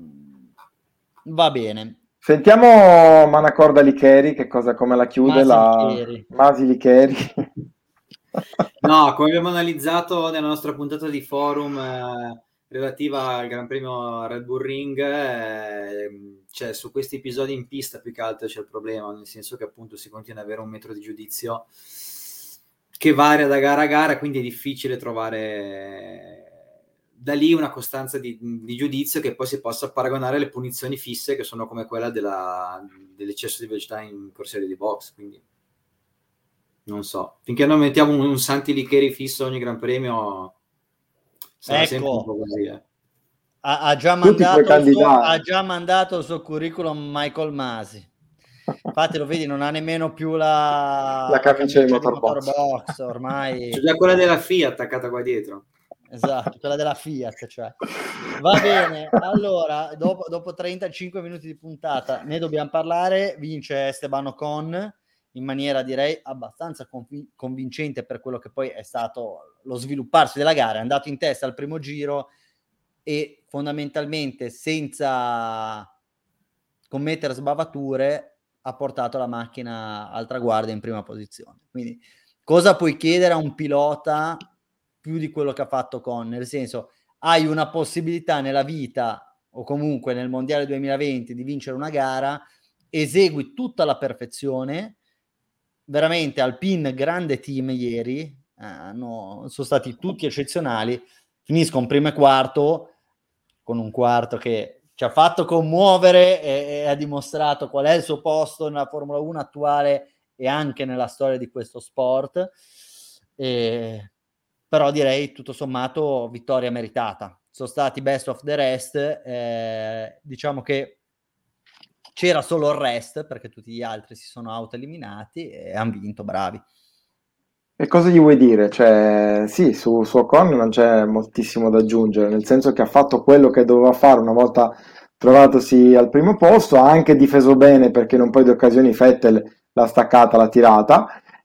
A: va bene.
B: Sentiamo Manacorda Licheri, come la chiude Masi Licheri.
C: No, come abbiamo analizzato nella nostra puntata di forum relativa al Gran Premio Red Bull Ring, cioè su questi episodi in pista più che altro c'è il problema, nel senso che appunto si continua ad avere un metro di giudizio che varia da gara a gara, quindi è difficile trovare da lì una costanza di giudizio che poi si possa paragonare alle punizioni fisse, che sono come quella dell'eccesso di velocità in corsia di box. Quindi non so, finché non mettiamo un Santi Licheri fisso ogni Gran Premio sarà sempre un po' così.
A: Ha già mandato il suo curriculum Michael Masi. Infatti lo vedi, non ha nemmeno più la
B: camicia di Motorbox
C: ormai. C'è già quella della Fiat attaccata qua dietro.
A: Esatto, quella della Fiat, cioè. Va bene, allora, dopo 35 minuti di puntata ne dobbiamo parlare. Vince Esteban Ocon in maniera, direi, abbastanza convincente per quello che poi è stato lo svilupparsi della gara. È andato in testa al primo giro e fondamentalmente, senza commettere sbavature, ha portato la macchina al traguardo in prima posizione. Quindi cosa puoi chiedere a un pilota più di quello che ha fatto Con? Nel senso, hai una possibilità nella vita o comunque nel Mondiale 2020 di vincere una gara, esegui tutta alla perfezione. Veramente Alpine grande team ieri, sono stati tutti eccezionali, finiscono primo e quarto, con un quarto che ci ha fatto commuovere e ha dimostrato qual è il suo posto nella Formula 1 attuale e anche nella storia di questo sport. Però direi tutto sommato vittoria meritata. Sono stati best of the rest, diciamo che c'era solo il rest perché tutti gli altri si sono autoeliminati e hanno vinto, bravi.
B: E cosa gli vuoi dire? Cioè, sì, su Ocon non c'è moltissimo da aggiungere, nel senso che ha fatto quello che doveva fare una volta trovatosi al primo posto, ha anche difeso bene perché in un paio di occasioni Vettel l'ha staccata, l'ha tirata.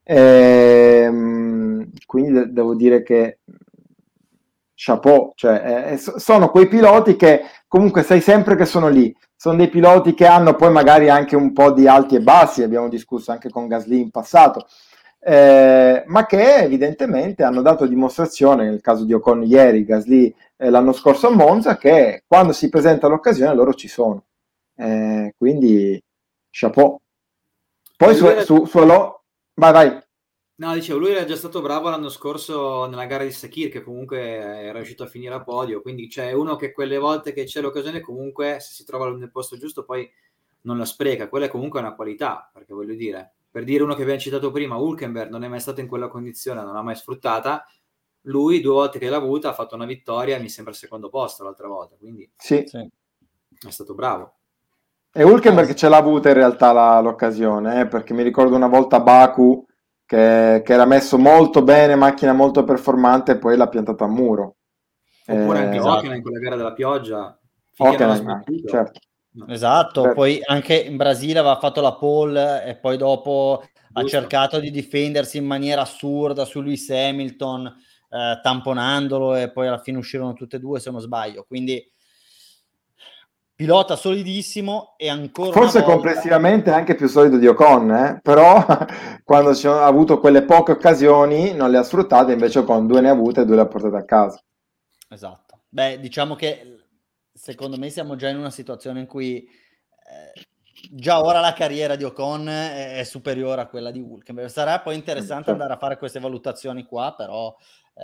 B: Quindi devo dire che chapeau, cioè, sono quei piloti che comunque sai sempre che sono lì, sono dei piloti che hanno poi magari anche un po' di alti e bassi, abbiamo discusso anche con Gasly in passato, ma che evidentemente hanno dato dimostrazione, nel caso di Ocon ieri, Gasly l'anno scorso a Monza, che quando si presenta l'occasione loro ci sono. Quindi chapeau. Poi vai, vai.
C: No, dicevo, lui era già stato bravo l'anno scorso nella gara di Sakir, che comunque era riuscito a finire a podio, quindi c'è uno che quelle volte che c'è l'occasione comunque, se si trova nel posto giusto, poi non la spreca. Quella è comunque una qualità, perché voglio dire, per dire uno che abbiamo citato prima, Hülkenberg non è mai stato in quella condizione, non l'ha mai sfruttata, lui 2 volte che l'ha avuta ha fatto una vittoria, mi sembra al secondo posto l'altra volta, quindi
B: sì.
C: È stato bravo.
B: E Hülkenberg ce l'ha avuta in realtà l'occasione, perché mi ricordo una volta Baku che era messo molto bene, macchina molto performante, e poi l'ha piantata a muro.
C: Oppure anche
A: esatto.
C: Hockenheim in quella gara della pioggia.
B: Hockenheim, certo.
A: No. Esatto, poi anche in Brasile aveva fatto la pole e poi dopo ha cercato di difendersi in maniera assurda su Lewis Hamilton, tamponandolo, e poi alla fine uscirono tutte e due, se non sbaglio. Quindi pilota solidissimo e ancora
B: forse
A: una volta...
B: complessivamente anche più solido di Ocon, però quando ha avuto quelle poche occasioni non le ha sfruttate, invece Ocon 2 ne ha avute e 2 le ha portate a casa.
A: Esatto. Beh, diciamo che secondo me siamo già in una situazione in cui già ora la carriera di Ocon è superiore a quella di Hülkenberg. Sarà poi interessante andare a fare queste valutazioni qua, però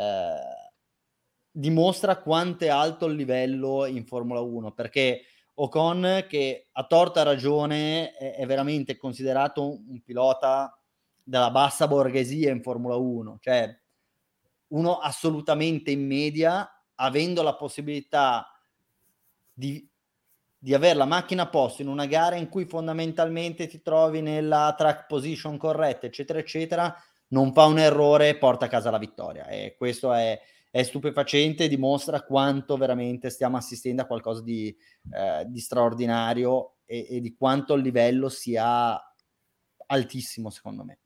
A: dimostra quanto è alto il livello in Formula 1, perché Ocon, che a torta ragione è veramente considerato un pilota della bassa borghesia in Formula 1, cioè uno assolutamente in media, avendo la possibilità di avere la macchina a posto in una gara in cui fondamentalmente ti trovi nella track position corretta, eccetera, eccetera, non fa un errore e porta a casa la vittoria. E questo è stupefacente, dimostra quanto veramente stiamo assistendo a qualcosa di straordinario e di quanto il livello sia altissimo, secondo me.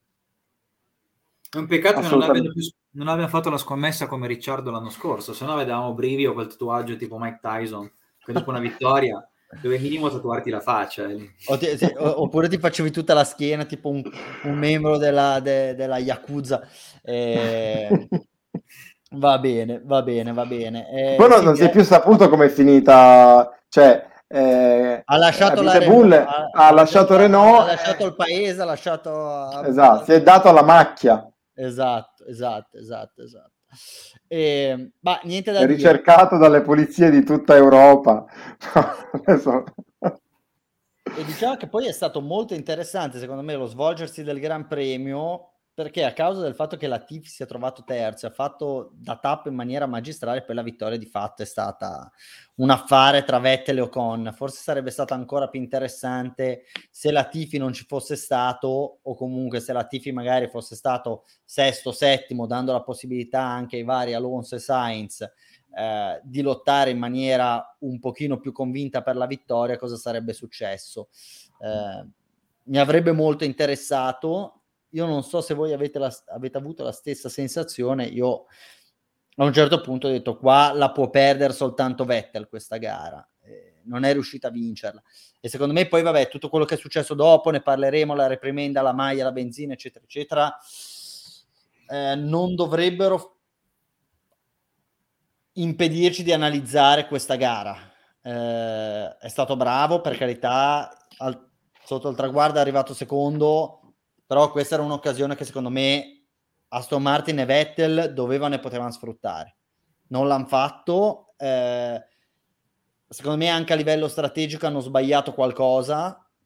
C: È un peccato che non abbiamo fatto la scommessa come Ricciardo l'anno scorso, se no vedevamo Brivio quel tatuaggio tipo Mike Tyson, che dopo una vittoria dove minimo tatuarti la faccia.
A: Oppure ti facevi tutta la schiena tipo un membro della Yakuza. Va bene.
B: Poi non si è più saputo com'è finita, cioè
A: ha lasciato la
B: Bull ha lasciato Renault,
A: ha lasciato il paese, ha lasciato
B: esatto, si è dato alla macchia.
A: Esatto. Ma niente da
B: è
A: dire.
B: Ricercato dalle polizie di tutta Europa.
A: E diciamo che poi è stato molto interessante, secondo me, lo svolgersi del Gran Premio, perché a causa del fatto che Latifi si è trovato terzo, ha fatto da tappa in maniera magistrale, poi la vittoria di fatto è stata un affare tra Vettel e Ocon. Forse sarebbe stato ancora più interessante se Latifi non ci fosse stato, o comunque se Latifi magari fosse stato sesto, settimo, dando la possibilità anche ai vari Alonso e Sainz di lottare in maniera un pochino più convinta per la vittoria, cosa sarebbe successo. Mi avrebbe molto interessato. Io non so se voi avete avuto la stessa sensazione. Io a un certo punto ho detto qua la può perdere soltanto Vettel questa gara, non è riuscita a vincerla, e secondo me poi vabbè tutto quello che è successo dopo ne parleremo, la reprimenda, la maglia, la benzina eccetera eccetera, non dovrebbero impedirci di analizzare questa gara. È stato bravo, per carità, sotto il traguardo è arrivato secondo, però questa era un'occasione che secondo me Aston Martin e Vettel dovevano e potevano sfruttare. Non l'hanno fatto. Secondo me anche a livello strategico hanno sbagliato qualcosa,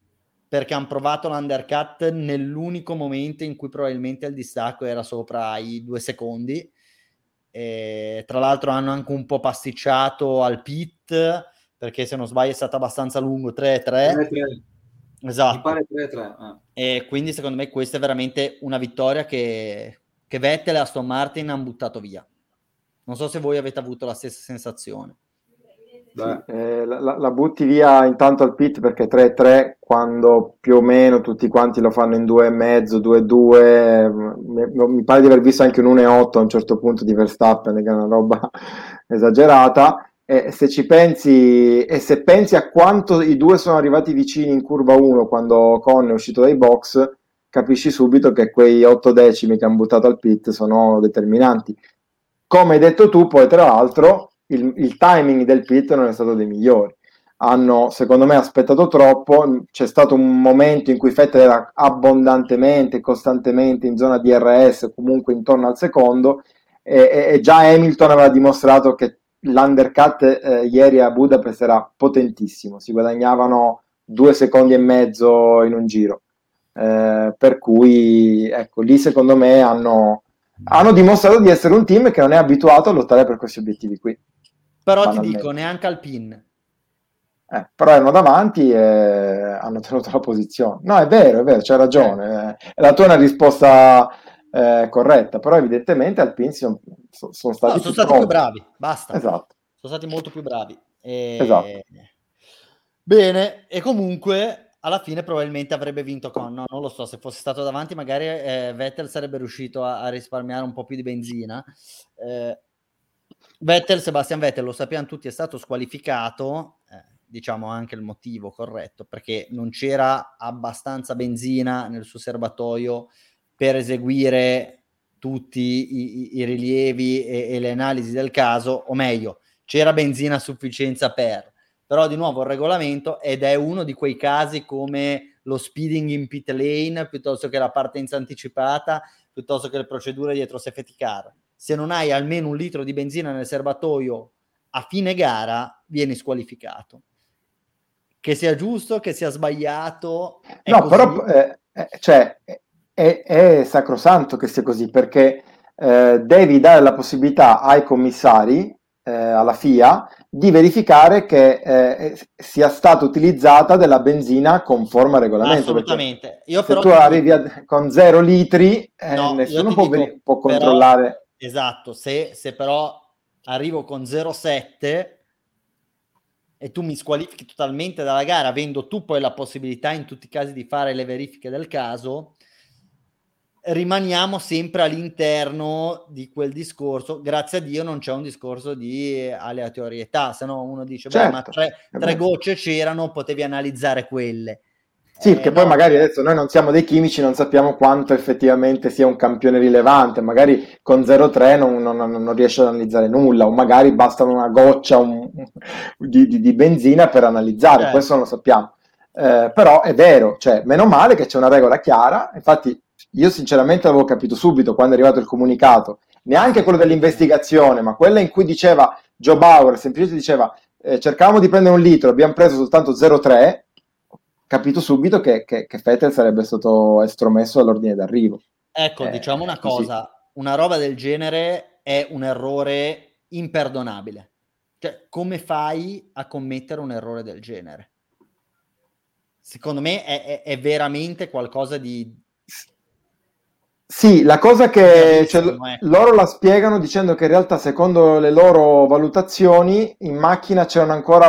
A: perché hanno provato l'undercut nell'unico momento in cui probabilmente il distacco era sopra i 2 secondi. E tra l'altro hanno anche un po' pasticciato al pit, perché se non sbaglio è stato abbastanza lungo, 3-3.
C: 3-3.
A: Esatto.
C: Mi pare 3-3.
A: E quindi secondo me questa è veramente una vittoria che Vettel e Aston Martin hanno buttato via. Non so se voi avete avuto la stessa sensazione.
B: Sì, la butti via intanto al pit, perché 3-3 quando più o meno tutti quanti lo fanno in 2,5, 2-2, mi pare di aver visto anche un 1,8 a un certo punto di Verstappen, che è una roba esagerata. E se ci pensi, e se pensi a quanto i due sono arrivati vicini in curva 1 quando Ocon è uscito dai box, capisci subito che quei 8 decimi che hanno buttato al pit sono determinanti. Come hai detto tu, poi tra l'altro il timing del pit non è stato dei migliori. Hanno, secondo me, aspettato troppo. C'è stato un momento in cui Vettel era abbondantemente, costantemente in zona DRS, comunque intorno al secondo, e già Hamilton aveva dimostrato che l'undercut ieri a Budapest era potentissimo, si guadagnavano 2,5 secondi in un giro. Per cui, ecco, lì secondo me hanno dimostrato di essere un team che non è abituato a lottare per questi obiettivi qui.
A: Però ti dico, neanche Alpine.
B: Però erano davanti e hanno tenuto la posizione. No, è vero, c'hai ragione. La tua è una risposta corretta, però evidentemente Alpine sono stati,
A: più bravi, basta.
B: Esatto.
A: Sono stati molto più bravi.
B: Esatto.
A: Bene, e comunque alla fine probabilmente avrebbe vinto Con, no, non lo so, se fosse stato davanti magari Vettel sarebbe riuscito a risparmiare un po' più di benzina. Sebastian Vettel, lo sappiamo tutti, è stato squalificato, diciamo anche il motivo corretto, perché non c'era abbastanza benzina nel suo serbatoio per eseguire tutti i rilievi e le analisi del caso, o meglio, c'era benzina a sufficienza però di nuovo il regolamento, ed è uno di quei casi come lo speeding in pit lane, piuttosto che la partenza anticipata, piuttosto che le procedure dietro safety car. Se non hai almeno 1 litro di benzina nel serbatoio a fine gara, vieni squalificato. Che sia giusto, che sia sbagliato, è
B: no,
A: così.
B: Però è sacrosanto che sia così, perché devi dare la possibilità ai commissari, alla FIA, di verificare che sia stata utilizzata della benzina conforme al regolamento.
A: Assolutamente.
B: Io se tu arrivi con 0 litri, nessuno può controllare.
A: Però, esatto, se però arrivo con 0,7 e tu mi squalifichi totalmente dalla gara, avendo tu poi la possibilità in tutti i casi di fare le verifiche del caso, rimaniamo sempre all'interno di quel discorso. Grazie a Dio non c'è un discorso di aleatorietà, se no uno dice,
B: certo,
A: ma tre gocce c'erano, potevi analizzare quelle.
B: Sì, perché poi magari adesso noi non siamo dei chimici, non sappiamo quanto effettivamente sia un campione rilevante, magari con 0,3 non riesce ad analizzare nulla, o magari basta una goccia di benzina per analizzare, certo. Questo non lo sappiamo. Però è vero, cioè, meno male che c'è una regola chiara. Infatti io sinceramente avevo capito subito quando è arrivato il comunicato, neanche quello dell'investigazione, ma quella in cui diceva Joe Bauer, semplicemente diceva cercavamo di prendere 1 litro, abbiamo preso soltanto 0,3, capito subito che Vettel sarebbe stato estromesso all'ordine d'arrivo.
A: Ecco, diciamo una cosa, una roba del genere è un errore imperdonabile. Cioè, come fai a commettere un errore del genere? Secondo me è veramente qualcosa di...
B: Sì, la cosa che loro la spiegano dicendo che in realtà secondo le loro valutazioni in macchina c'erano ancora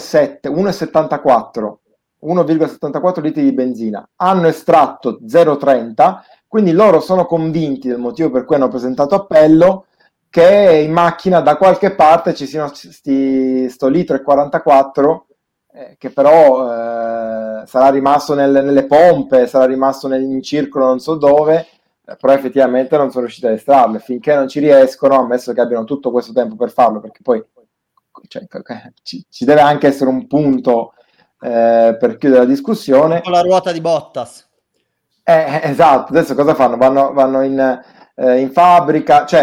B: 1,74 litri di benzina, hanno estratto 0,30, quindi loro sono convinti del motivo per cui hanno presentato appello, che in macchina da qualche parte ci siano sto litro e 44 che però sarà rimasto nelle pompe, sarà rimasto in circolo non so dove, però effettivamente non sono riusciti ad estrarle. Finché non ci riescono, ammesso che abbiano tutto questo tempo per farlo, perché poi ci deve anche essere un punto per chiudere la discussione.
A: Con la ruota di Bottas.
B: Esatto, adesso cosa fanno? Vanno in fabbrica, cioè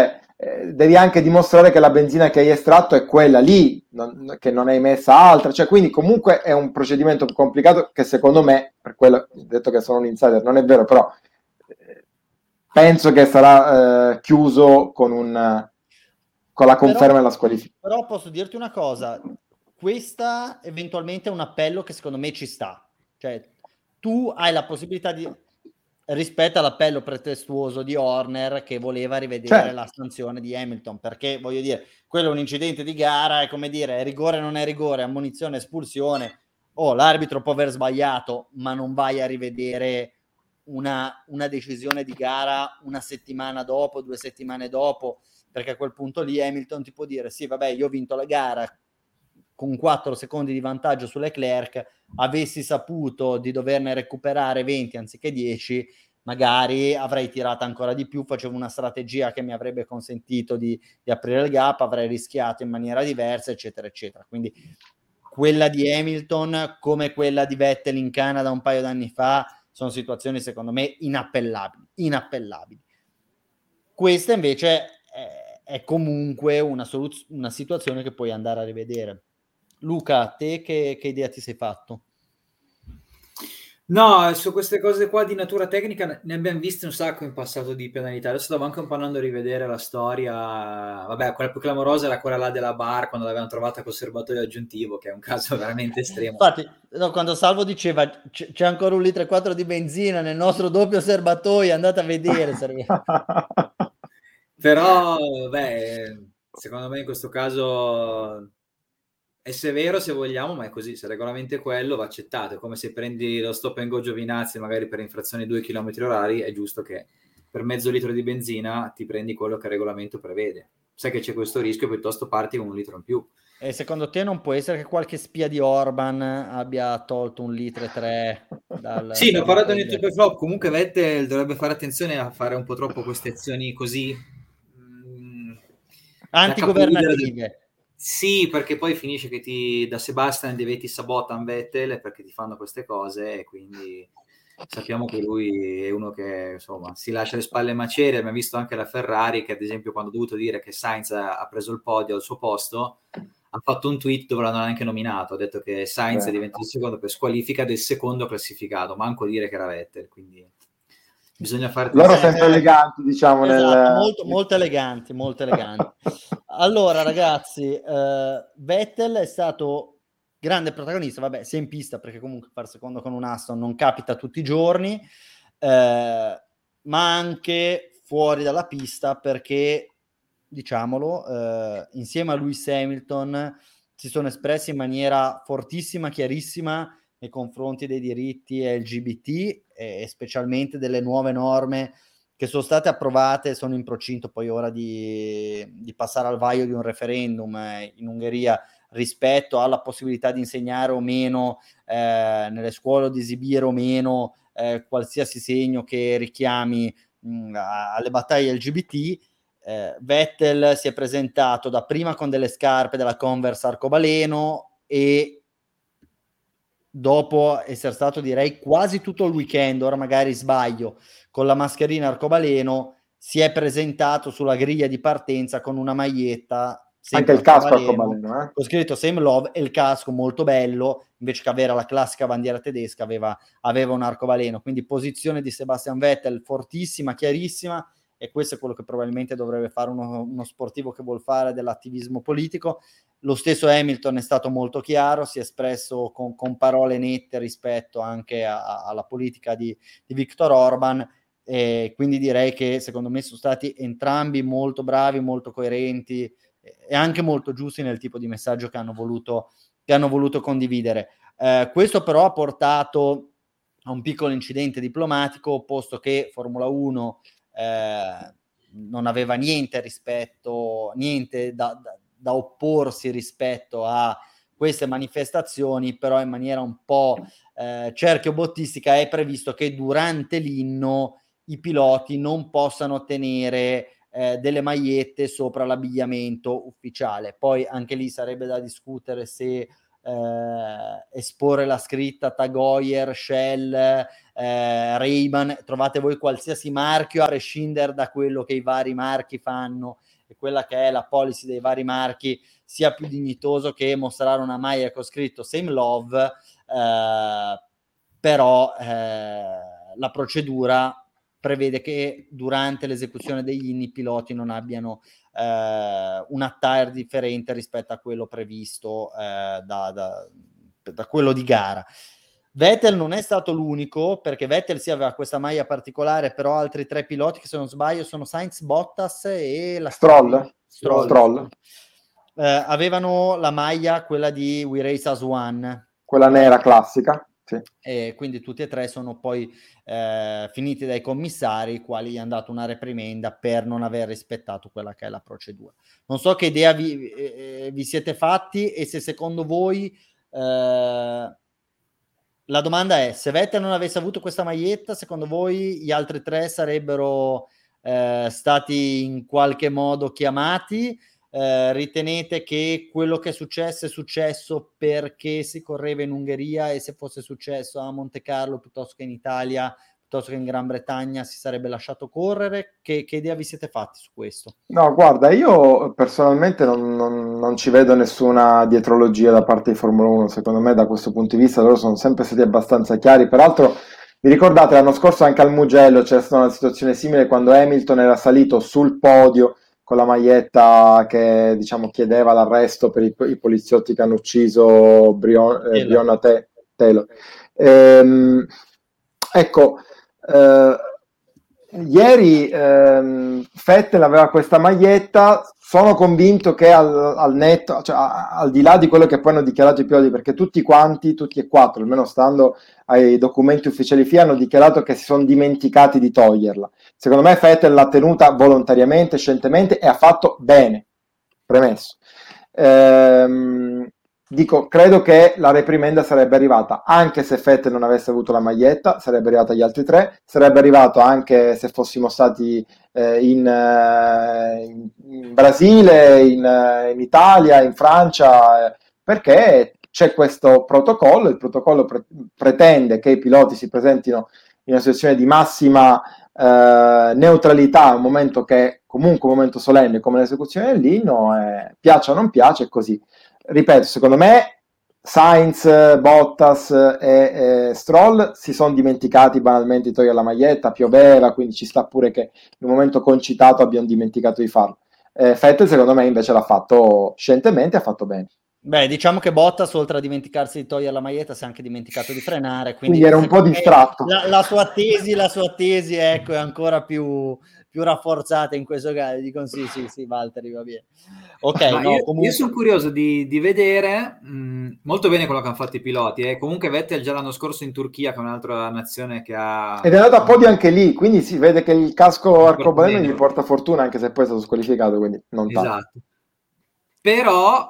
B: devi anche dimostrare che la benzina che hai estratto è quella lì, che non hai messa altra, cioè quindi comunque è un procedimento complicato che secondo me, per quello ho detto che sono un insider, non è vero, però penso che sarà chiuso con la conferma e la squalifica.
A: Però posso dirti una cosa, questa eventualmente è un appello che secondo me ci sta, cioè tu hai la possibilità di, rispetto all'appello pretestuoso di Horner che voleva rivedere la sanzione di Hamilton, perché voglio dire, quello è un incidente di gara, è come dire, è rigore non è rigore, ammonizione, espulsione, l'arbitro può aver sbagliato, ma non vai a rivedere una decisione di gara una settimana dopo, 2 settimane dopo, perché a quel punto lì Hamilton ti può dire sì vabbè io ho vinto la gara con 4 secondi di vantaggio su Leclerc, avessi saputo di doverne recuperare 20 anziché 10 magari avrei tirato ancora di più, facevo una strategia che mi avrebbe consentito di aprire il gap, avrei rischiato in maniera diversa eccetera eccetera, quindi quella di Hamilton come quella di Vettel in Canada un paio d'anni fa sono situazioni secondo me inappellabili. Questa invece è comunque una situazione che puoi andare a rivedere. Luca, te che idea ti sei fatto?
C: No, su queste cose qua di natura tecnica ne abbiamo viste un sacco in passato di penalità. Adesso stavo anche un po' andando a rivedere la storia. Vabbè, quella più clamorosa era quella là della bar quando l'avevano trovata col serbatoio aggiuntivo, che è un caso veramente estremo.
A: Infatti, quando Salvo diceva c'è ancora 1,4 litri di benzina nel nostro doppio serbatoio, andate a vedere.
C: Però, beh, secondo me in questo caso è severo se vogliamo, ma è così, se il regolamento è quello va accettato. È come se prendi lo stop and go Giovinazzi magari per infrazione 2 km orari, è giusto che per mezzo litro di benzina ti prendi quello che il regolamento prevede. Sai che c'è questo rischio, piuttosto parti con 1 litro in più.
A: E secondo te non può essere che qualche spia di Orban abbia tolto 1,3 litri dal...
C: Sì, ho parlato nel top flop. Comunque Vettel dovrebbe fare attenzione a fare un po' troppo queste azioni così
A: antigovernative.
C: Sì, perché poi finisce che da Sebastian diventi Sabotan Vettel perché ti fanno queste cose e quindi sappiamo che lui è uno che insomma si lascia le spalle macerie. Abbiamo visto anche la Ferrari che ad esempio quando ha dovuto dire che Sainz ha preso il podio al suo posto ha fatto un tweet dove l'hanno anche nominato, ha detto che Sainz è diventato il secondo per squalifica del secondo classificato, manco dire che era Vettel, quindi bisogna fare
B: loro sempre eleganti, diciamo,
A: esatto, molto eleganti. Allora ragazzi, Vettel è stato grande protagonista, vabbè, sia in pista perché comunque far secondo con un Aston non capita tutti i giorni, ma anche fuori dalla pista perché diciamolo, insieme a Lewis Hamilton si sono espressi in maniera fortissima, chiarissima nei confronti dei diritti LGBT e specialmente delle nuove norme che sono state approvate, sono in procinto poi ora di passare al vaglio di un referendum in Ungheria rispetto alla possibilità di insegnare o meno nelle scuole o di esibire o meno qualsiasi segno che richiami alle battaglie LGBT. Vettel si è presentato dapprima con delle scarpe della Converse arcobaleno e dopo essere stato direi quasi tutto il weekend, ora magari sbaglio, con la mascherina arcobaleno si è presentato sulla griglia di partenza con una maglietta
B: anche il casco arcobaleno
A: ho scritto Same Love e il casco molto bello invece che avere la classica bandiera tedesca aveva un arcobaleno, quindi posizione di Sebastian Vettel fortissima, chiarissima, e questo è quello che probabilmente dovrebbe fare uno sportivo che vuol fare dell'attivismo politico. Lo stesso Hamilton è stato molto chiaro, si è espresso con parole nette rispetto anche alla politica di Viktor Orban, e quindi direi che secondo me sono stati entrambi molto bravi, molto coerenti e anche molto giusti nel tipo di messaggio che hanno voluto condividere. Questo però ha portato a un piccolo incidente diplomatico, posto che Formula 1 non aveva niente da opporsi rispetto a queste manifestazioni, però in maniera un po' cerchiobottistica è previsto che durante l'inno i piloti non possano tenere delle magliette sopra l'abbigliamento ufficiale. Poi anche lì sarebbe da discutere se esporre la scritta Tag Heuer, Shell, Ray-Ban, trovate voi qualsiasi marchio a prescindere da quello che i vari marchi fanno e quella che è la policy dei vari marchi sia più dignitoso che mostrare una maglia con scritto Same Love, però la procedura prevede che durante l'esecuzione degli inni i piloti non abbiano un attire differente rispetto a quello previsto da quello di gara. Vettel non è stato l'unico, perché Vettel sì aveva questa maglia particolare, però altri 3 piloti che, se non sbaglio, sono Sainz, Bottas e la
B: Stroll.
A: Avevano la maglia, quella di We Race as One,
B: quella nera classica, sì.
A: E quindi tutti e 3 sono poi finiti dai commissari, i quali gli hanno dato una reprimenda per non aver rispettato quella che è la procedura. Non so che idea vi siete fatti, e se secondo voi la domanda è: se Vettel non avesse avuto questa maglietta, secondo voi gli altri 3 sarebbero stati in qualche modo chiamati? Ritenete che quello che è successo perché si correva in Ungheria, e se fosse successo a Monte Carlo piuttosto che in Italia, piuttosto che in Gran Bretagna, si sarebbe lasciato correre? Che idea vi siete fatti su questo?
B: No, guarda, io personalmente non ci vedo nessuna dietrologia da parte di Formula 1. Secondo me, da questo punto di vista, loro sono sempre stati abbastanza chiari. Peraltro, vi ricordate l'anno scorso anche al Mugello c'era stata una situazione simile, quando Hamilton era salito sul podio con la maglietta che, diciamo, chiedeva l'arresto per i poliziotti che hanno ucciso Breonna Taylor. Ecco, ieri Vettel aveva questa maglietta. Sono convinto che al netto, cioè al di là di quello che poi hanno dichiarato i piloti, perché tutti e 4, almeno stando ai documenti ufficiali FIA, hanno dichiarato che si sono dimenticati di toglierla. Secondo me Vettel l'ha tenuta volontariamente, scientemente, e ha fatto bene, premesso. Dico, credo che la reprimenda sarebbe arrivata anche se Vettel non avesse avuto la maglietta, sarebbe arrivata agli altri 3, sarebbe arrivato anche se fossimo stati in Brasile, in Italia, in Francia, perché c'è questo protocollo. Il protocollo pretende che i piloti si presentino in una situazione di massima neutralità, un momento che è comunque un momento solenne come l'esecuzione dell'inno, piaccia o non piace, è così. Ripeto, secondo me Sainz, Bottas e Stroll si sono dimenticati banalmente di togliere la maglietta, pioveva, quindi ci sta pure che in un momento concitato abbiano dimenticato di farlo. Vettel secondo me invece l'ha fatto scientemente, ha fatto bene.
A: Beh, diciamo che Bottas, oltre a dimenticarsi di togliere la maglietta, si è anche dimenticato di frenare,
B: quindi era un po' distratto.
A: La sua tesi, ecco, è ancora più rafforzata in questo caso. Dicono sì, Valtteri, va bene. Ok,
C: io sono curioso di vedere molto bene quello che hanno fatto i piloti. Comunque Vettel già l'anno scorso in Turchia, che è un'altra nazione che ha...
B: Ed è andato a podio anche lì, quindi si vede che il casco arcobaleno gli porta fortuna, anche se poi è stato squalificato, quindi non tanto.
C: Esatto. Però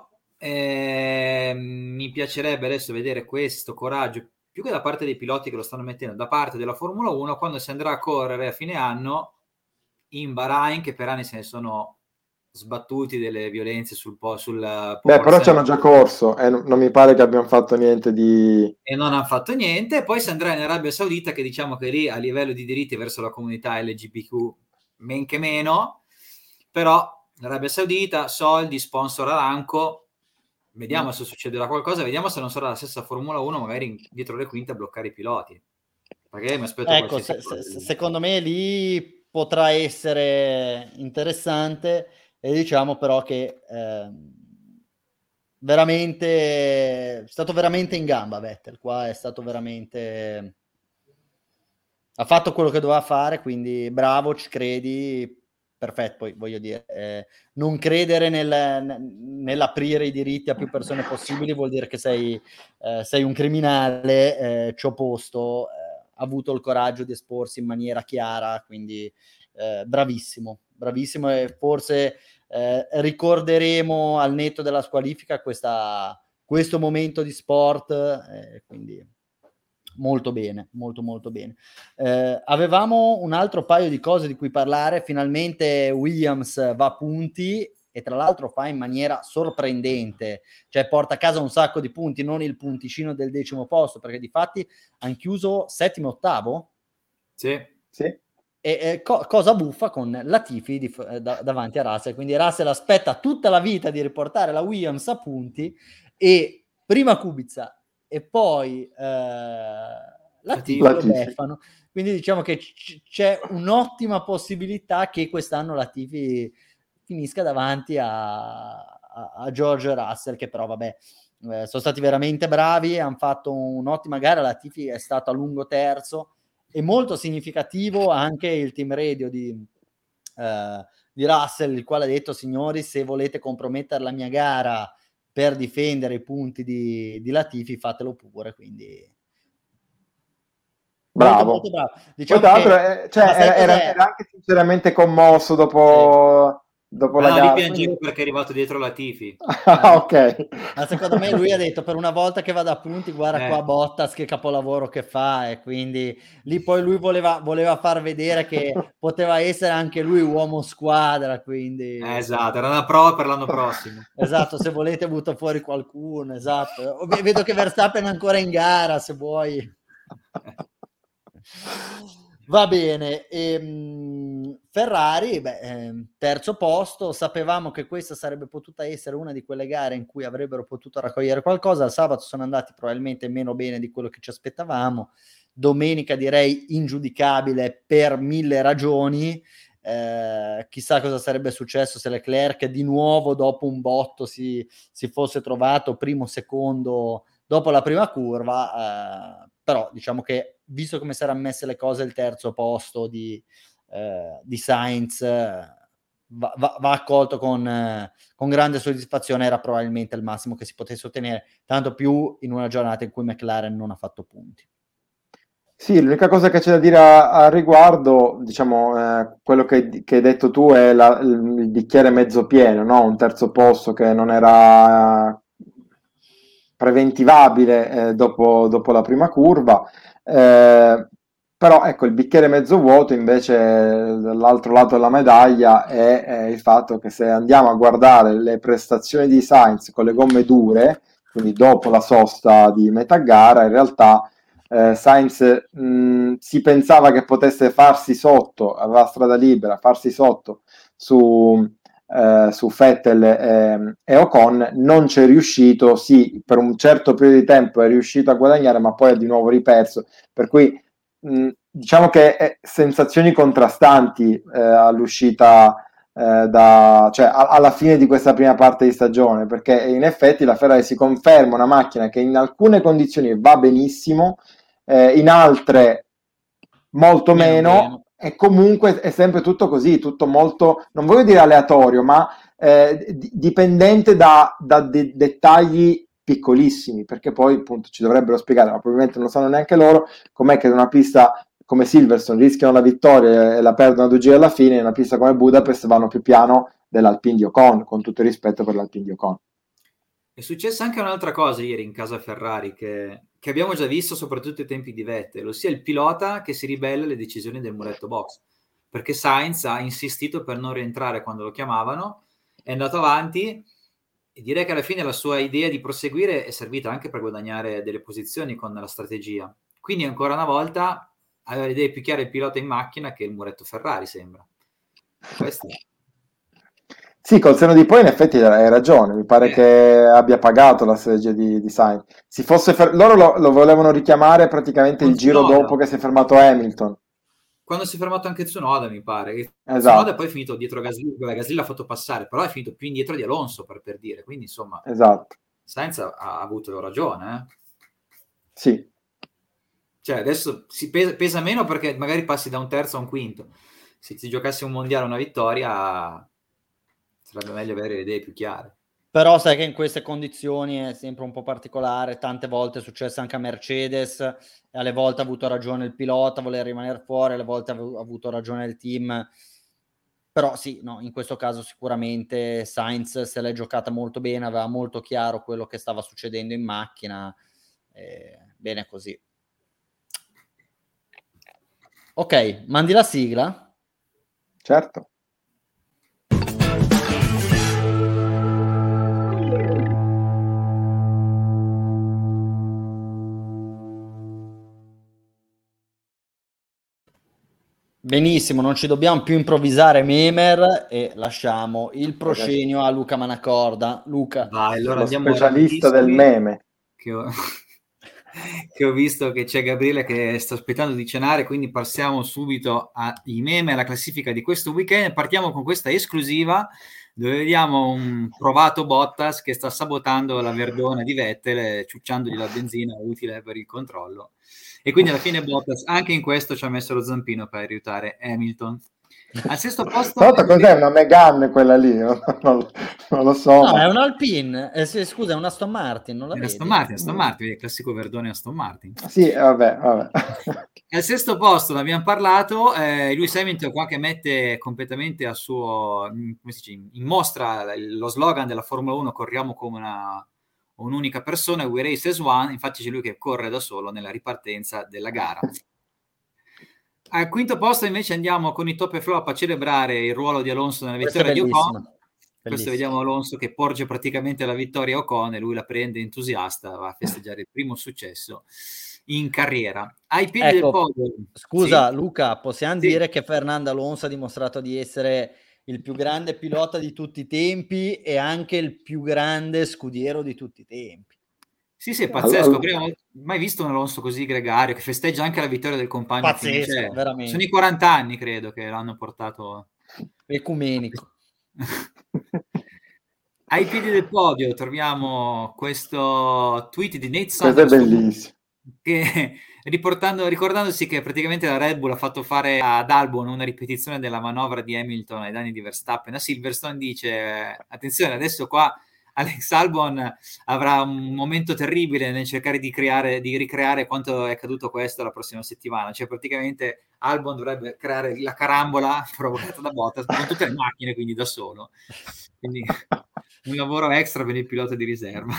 C: mi piacerebbe adesso vedere questo coraggio, più che da parte dei piloti che lo stanno mettendo, da parte della Formula 1, quando si andrà a correre a fine anno in Bahrain, che per anni se ne sono sbattuti delle violenze sul
B: Beh, però ci hanno già corso e non mi pare che abbiano fatto niente di...
C: E non hanno fatto niente. Poi si andrà in Arabia Saudita, che diciamo che lì a livello di diritti verso la comunità LGBTQ men che meno, però l'Arabia Saudita, soldi, sponsor Aramco, vediamo se succederà qualcosa, vediamo se non sarà la stessa Formula 1 magari dietro le quinte a bloccare i piloti, perché mi aspetto,
A: ecco, secondo me lì potrà essere interessante, e diciamo però che veramente è stato veramente in gamba Vettel, qua è stato veramente, ha fatto quello che doveva fare, quindi bravo, ci credi, perfetto. Poi voglio dire, non credere nell'aprire i diritti a più persone possibili vuol dire che sei un criminale, ci ho posto, ha avuto il coraggio di esporsi in maniera chiara, quindi bravissimo, e forse ricorderemo al netto della squalifica questo momento di sport, quindi molto bene, molto bene. Avevamo un altro paio di cose di cui parlare. Finalmente Williams va a punti, e tra l'altro fa in maniera sorprendente, cioè porta a casa un sacco di punti, non il punticino del 10° posto, perché difatti hanno chiuso 7° e 8°.
C: Sì.
A: cosa buffa con Latifi davanti a Russell, quindi Russell aspetta tutta la vita di riportare la Williams a punti e prima Kubica e poi Latifi lo beffano, quindi diciamo che c'è un'ottima possibilità che quest'anno Latifi finisca davanti a George Russell, che però vabbè, sono stati veramente bravi, hanno fatto un'ottima gara. Latifi è stato a lungo terzo, e molto significativo anche il team radio di Russell, il quale ha detto: signori, se volete compromettere la mia gara per difendere i punti di Latifi, fatelo pure. Quindi
B: bravo,
A: molto bravo. Diciamo
B: poi tra
A: che,
B: l'altro era anche sinceramente commosso dopo la
C: no,
B: gara,
C: lì piangeva
B: quindi...
C: perché è arrivato dietro Latifi.
B: Ok.
A: Ma secondo me lui ha detto: per una volta che vado a punti, guarda qua Bottas che capolavoro che fa, e quindi lì poi lui voleva far vedere che poteva essere anche lui uomo squadra, quindi
C: esatto, era una prova per l'anno prossimo.
A: esatto, se volete butto fuori qualcuno, esatto. Vedo che Verstappen è ancora in gara, se vuoi. Va bene. Ferrari, terzo posto. Sapevamo che questa sarebbe potuta essere una di quelle gare in cui avrebbero potuto raccogliere qualcosa. Il sabato sono andati probabilmente meno bene di quello che ci aspettavamo. Domenica direi ingiudicabile per 1000 ragioni. Chissà cosa sarebbe successo se Leclerc di nuovo dopo un botto si fosse trovato primo, secondo dopo la prima curva, però diciamo che, visto come si erano messe le cose, il terzo posto di Sainz va accolto con grande soddisfazione. Era probabilmente il massimo che si potesse ottenere, tanto più in una giornata in cui McLaren non ha fatto punti.
B: Sì, l'unica cosa che c'è da dire a riguardo, diciamo, quello che hai detto tu è il bicchiere mezzo pieno, no? Un terzo posto che non era preventivabile dopo la prima curva, però ecco, il bicchiere mezzo vuoto invece dall'altro lato della medaglia è il fatto che se andiamo a guardare le prestazioni di Sainz con le gomme dure, quindi dopo la sosta di metà gara, in realtà Sainz si pensava che potesse farsi sotto, aveva strada libera, farsi sotto su Vettel e Ocon, non c'è riuscito. Sì, per un certo periodo di tempo è riuscito a guadagnare, ma poi ha di nuovo riperso, per cui diciamo che sensazioni contrastanti all'uscita cioè alla fine di questa prima parte di stagione, perché in effetti la Ferrari si conferma una macchina che in alcune condizioni va benissimo, in altre molto meno, e comunque è sempre tutto così, tutto molto, non voglio dire aleatorio, ma dipendente da dettagli piccolissimi, perché poi appunto ci dovrebbero spiegare, ma probabilmente non lo sanno neanche loro, com'è che una pista come Silverstone rischiano la vittoria e la perdono a 2 giri alla fine, in una pista come Budapest vanno più piano dell'Alpine di Ocon, con tutto il rispetto per l'Alpine di Ocon.
C: È successa anche un'altra cosa ieri in casa Ferrari che abbiamo già visto soprattutto ai tempi di Vettel, ossia il pilota che si ribella alle decisioni del muretto box, perché Sainz ha insistito per non rientrare quando lo chiamavano, è andato avanti, e direi che alla fine la sua idea di proseguire è servita anche per guadagnare delle posizioni con la strategia. Quindi ancora una volta aveva le idee più chiare il pilota in macchina che il muretto Ferrari, sembra. Questo.
B: Sì, col seno di poi in effetti hai ragione, mi pare che abbia pagato la strategia di Sainz. Loro lo volevano richiamare praticamente il giro dopo che si è fermato Hamilton.
C: Quando si è fermato anche Tsunoda, mi pare.
B: Esatto.
C: Tsunoda poi è finito dietro Gasly, Gasly l'ha fatto passare, però è finito più indietro di Alonso, per dire. Quindi, insomma,
B: esatto.
C: Sainz ha avuto ragione.
B: Sì.
C: Cioè, adesso si pesa meno perché magari passi da un terzo a un quinto. Se ti giocassi un mondiale, una vittoria, sarebbe meglio avere le idee più chiare.
A: Però sai che in queste condizioni è sempre un po' particolare, tante volte è successo anche a Mercedes, e alle volte ha avuto ragione il pilota a voler rimanere fuori, alle volte ha avuto ragione il team. Però sì, no, in questo caso sicuramente Sainz se l'è giocata molto bene, aveva molto chiaro quello che stava succedendo in macchina, bene così. Ok, mandi la sigla?
B: Certo.
A: Benissimo, non ci dobbiamo più improvvisare Memer e lasciamo il proscenio a Luca Manacorda. Luca.
C: Vai, allora
B: lo
C: andiamo
B: specialista del
C: rapidissimi,
B: meme.
C: che ho visto che c'è Gabriele che sta aspettando di cenare, quindi passiamo subito ai meme, alla classifica di questo weekend. Partiamo con questa esclusiva dove vediamo un provato Bottas che sta sabotando la Verdona di Vettel, ciucciandogli la benzina utile per il controllo. E quindi alla fine Bottas anche in questo ci ha messo lo zampino per aiutare Hamilton. Al sesto posto...
B: Sotto cos'è una Megane quella lì? Non lo so.
A: No, è un Alpine. Scusa, è una Aston Martin, non la vedi?
C: Aston Martin, il classico Verdone Aston Martin.
B: Sì, vabbè.
C: Al sesto posto ne abbiamo parlato, Lewis Hamilton qua che mette completamente a suo, come si dice, in mostra lo slogan della Formula 1, corriamo come un'unica persona, we race as one, infatti c'è lui che corre da solo nella ripartenza della gara. Al quinto posto invece andiamo con i top e flop a celebrare il ruolo di Alonso nella vittoria di Ocon. Questo vediamo Alonso che porge praticamente la vittoria a Ocon e lui la prende entusiasta, va a festeggiare il primo successo in carriera. Ai piedi del podio.
A: Scusa, sì? Luca, possiamo dire che Fernando Alonso ha dimostrato di essere il più grande pilota di tutti i tempi e anche il più grande scudiero di tutti i tempi.
C: Sì, è pazzesco. Mai visto un Alonso così gregario che festeggia anche la vittoria del compagno.
A: Pazzesco, veramente.
C: Sono i 40 anni, credo, che l'hanno portato
A: ecumenico.
C: Ai piedi del podio troviamo questo tweet di Nate
B: Saunders. Questo è bellissimo.
C: Che ricordandosi che praticamente la Red Bull ha fatto fare ad Albon una ripetizione della manovra di Hamilton ai danni di Verstappen a Silverstone, dice attenzione, adesso qua Alex Albon avrà un momento terribile nel cercare di ricreare quanto è accaduto questo la prossima settimana, cioè praticamente Albon dovrebbe creare la carambola provocata da Bottas con tutte le macchine, quindi da solo, quindi un lavoro extra per il pilota di riserva.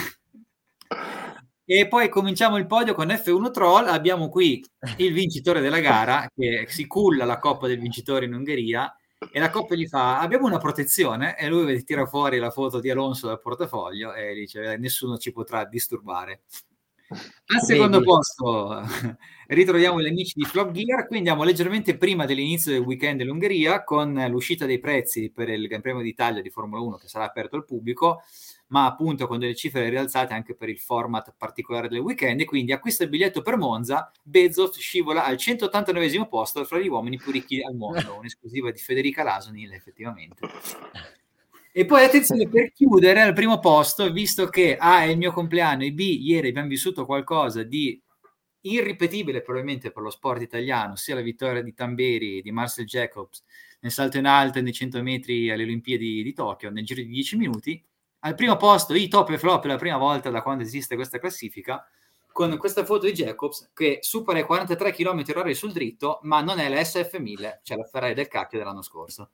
C: E poi cominciamo il podio con F1 Troll. Abbiamo qui il vincitore della gara che si culla la coppa del vincitore in Ungheria e la coppa gli fa abbiamo una protezione e lui tira fuori la foto di Alonso dal portafoglio e dice nessuno ci potrà disturbare. Al secondo posto ritroviamo gli amici di Flop Gear, qui andiamo leggermente prima dell'inizio del weekend dell'Ungheria con l'uscita dei prezzi per il Gran Premio d'Italia di Formula 1 che sarà aperto al pubblico, ma appunto con delle cifre rialzate anche per il format particolare del weekend, e quindi acquista il biglietto per Monza, Bezos scivola al 189esimo posto fra gli uomini più ricchi al mondo, un'esclusiva di Federica Lasonil effettivamente. E poi attenzione, per chiudere al primo posto, visto che A è il mio compleanno e B ieri abbiamo vissuto qualcosa di irripetibile probabilmente per lo sport italiano, sia la vittoria di Tamberi di Marcel Jacobs nel salto in alto e nei 100 metri alle Olimpiadi di Tokyo nel giro di 10 minuti, al primo posto i top e flop la prima volta da quando esiste questa classifica, con questa foto di Jacobs che supera i 43 km/h sul dritto, ma non è la SF1000, cioè la Ferrari del cacchio dell'anno scorso.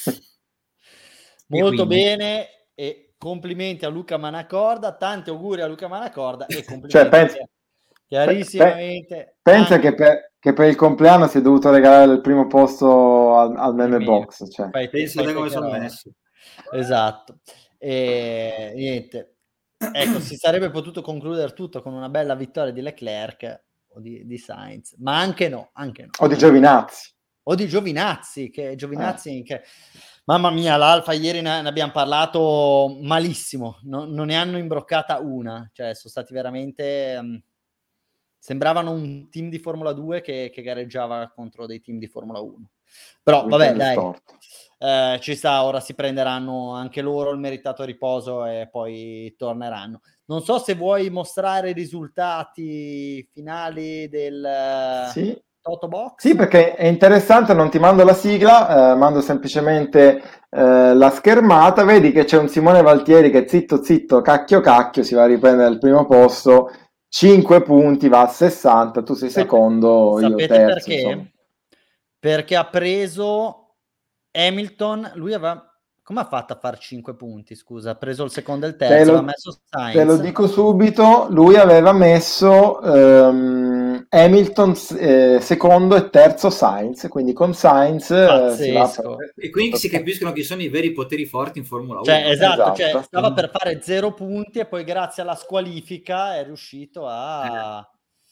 A: Molto bene, e complimenti a Luca Manacorda, tanti auguri a Luca Manacorda e complimenti chiarissimamente.
B: Pensa che per il compleanno si è dovuto regalare il primo posto al meme box. Cioè.
C: Pensa come sono messo.
A: Esatto. E niente. Ecco, si sarebbe potuto concludere tutto con una bella vittoria di Leclerc o di Sainz, ma anche no.
B: O di Giovinazzi.
A: Che mamma mia, l'Alfa ieri ne abbiamo parlato malissimo, non ne hanno imbroccata una, cioè sono stati veramente sembravano un team di Formula 2 che gareggiava contro dei team di Formula 1. Però vabbè, dai, ci sta, ora si prenderanno anche loro il meritato riposo e poi torneranno. Non so se vuoi mostrare i risultati finali del Toto Box.
B: Sì, perché è interessante, non ti mando la sigla, mando semplicemente la schermata. Vedi che c'è un Simone Valtieri che zitto, cacchio, si va a riprendere il primo posto, 5 punti, va a 60, tu sei secondo, io terzo.
A: Perché? Insomma. Perché ha preso Hamilton, lui aveva... Come ha fatto a fare 5 punti, scusa? Ha preso il secondo e il terzo, aveva messo Sainz.
B: Te lo dico subito, lui aveva messo Hamilton secondo e terzo Sainz, quindi con Sainz
A: si va
C: e quindi si capiscono chi sono i veri poteri forti in Formula 1.
A: Cioè, esatto. Cioè, stava per fare 0 punti e poi grazie alla squalifica è riuscito a...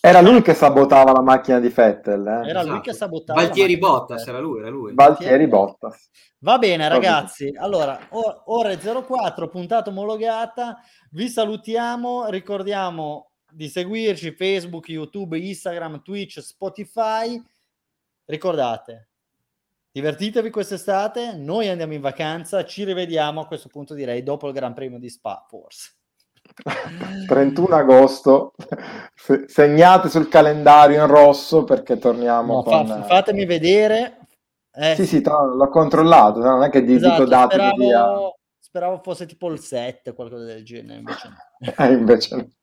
B: Era lui che sabotava la macchina di Vettel.
A: Era lui che sabotava
C: Valtieri
A: la macchina
C: Bottas,
A: di
C: era lui.
B: Valtieri Bottas.
A: Va bene,
B: Proprio
A: ragazzi. Allora, ore 04, puntata omologata. Vi salutiamo. Ricordiamo di seguirci Facebook, YouTube, Instagram, Twitch, Spotify. Ricordate, divertitevi quest'estate. Noi andiamo in vacanza. Ci rivediamo a questo punto, direi, dopo il Gran Premio di Spa, forse.
B: 31 agosto, segnate sul calendario in rosso perché torniamo
A: No,
B: con...
A: fatemi vedere.
B: Sì, l'ho controllato, non è che dico
A: Esatto,
B: date così a...
A: speravo fosse tipo il 7, qualcosa del genere, invece no.
B: invece no.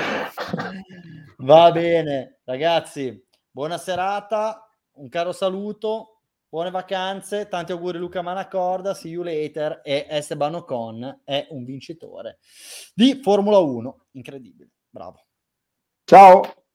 A: Va bene, ragazzi, buona serata, un caro saluto, buone vacanze, tanti auguri Luca Manacorda, see you later, e Esteban Ocon è un vincitore di Formula 1, incredibile, bravo.
B: Ciao!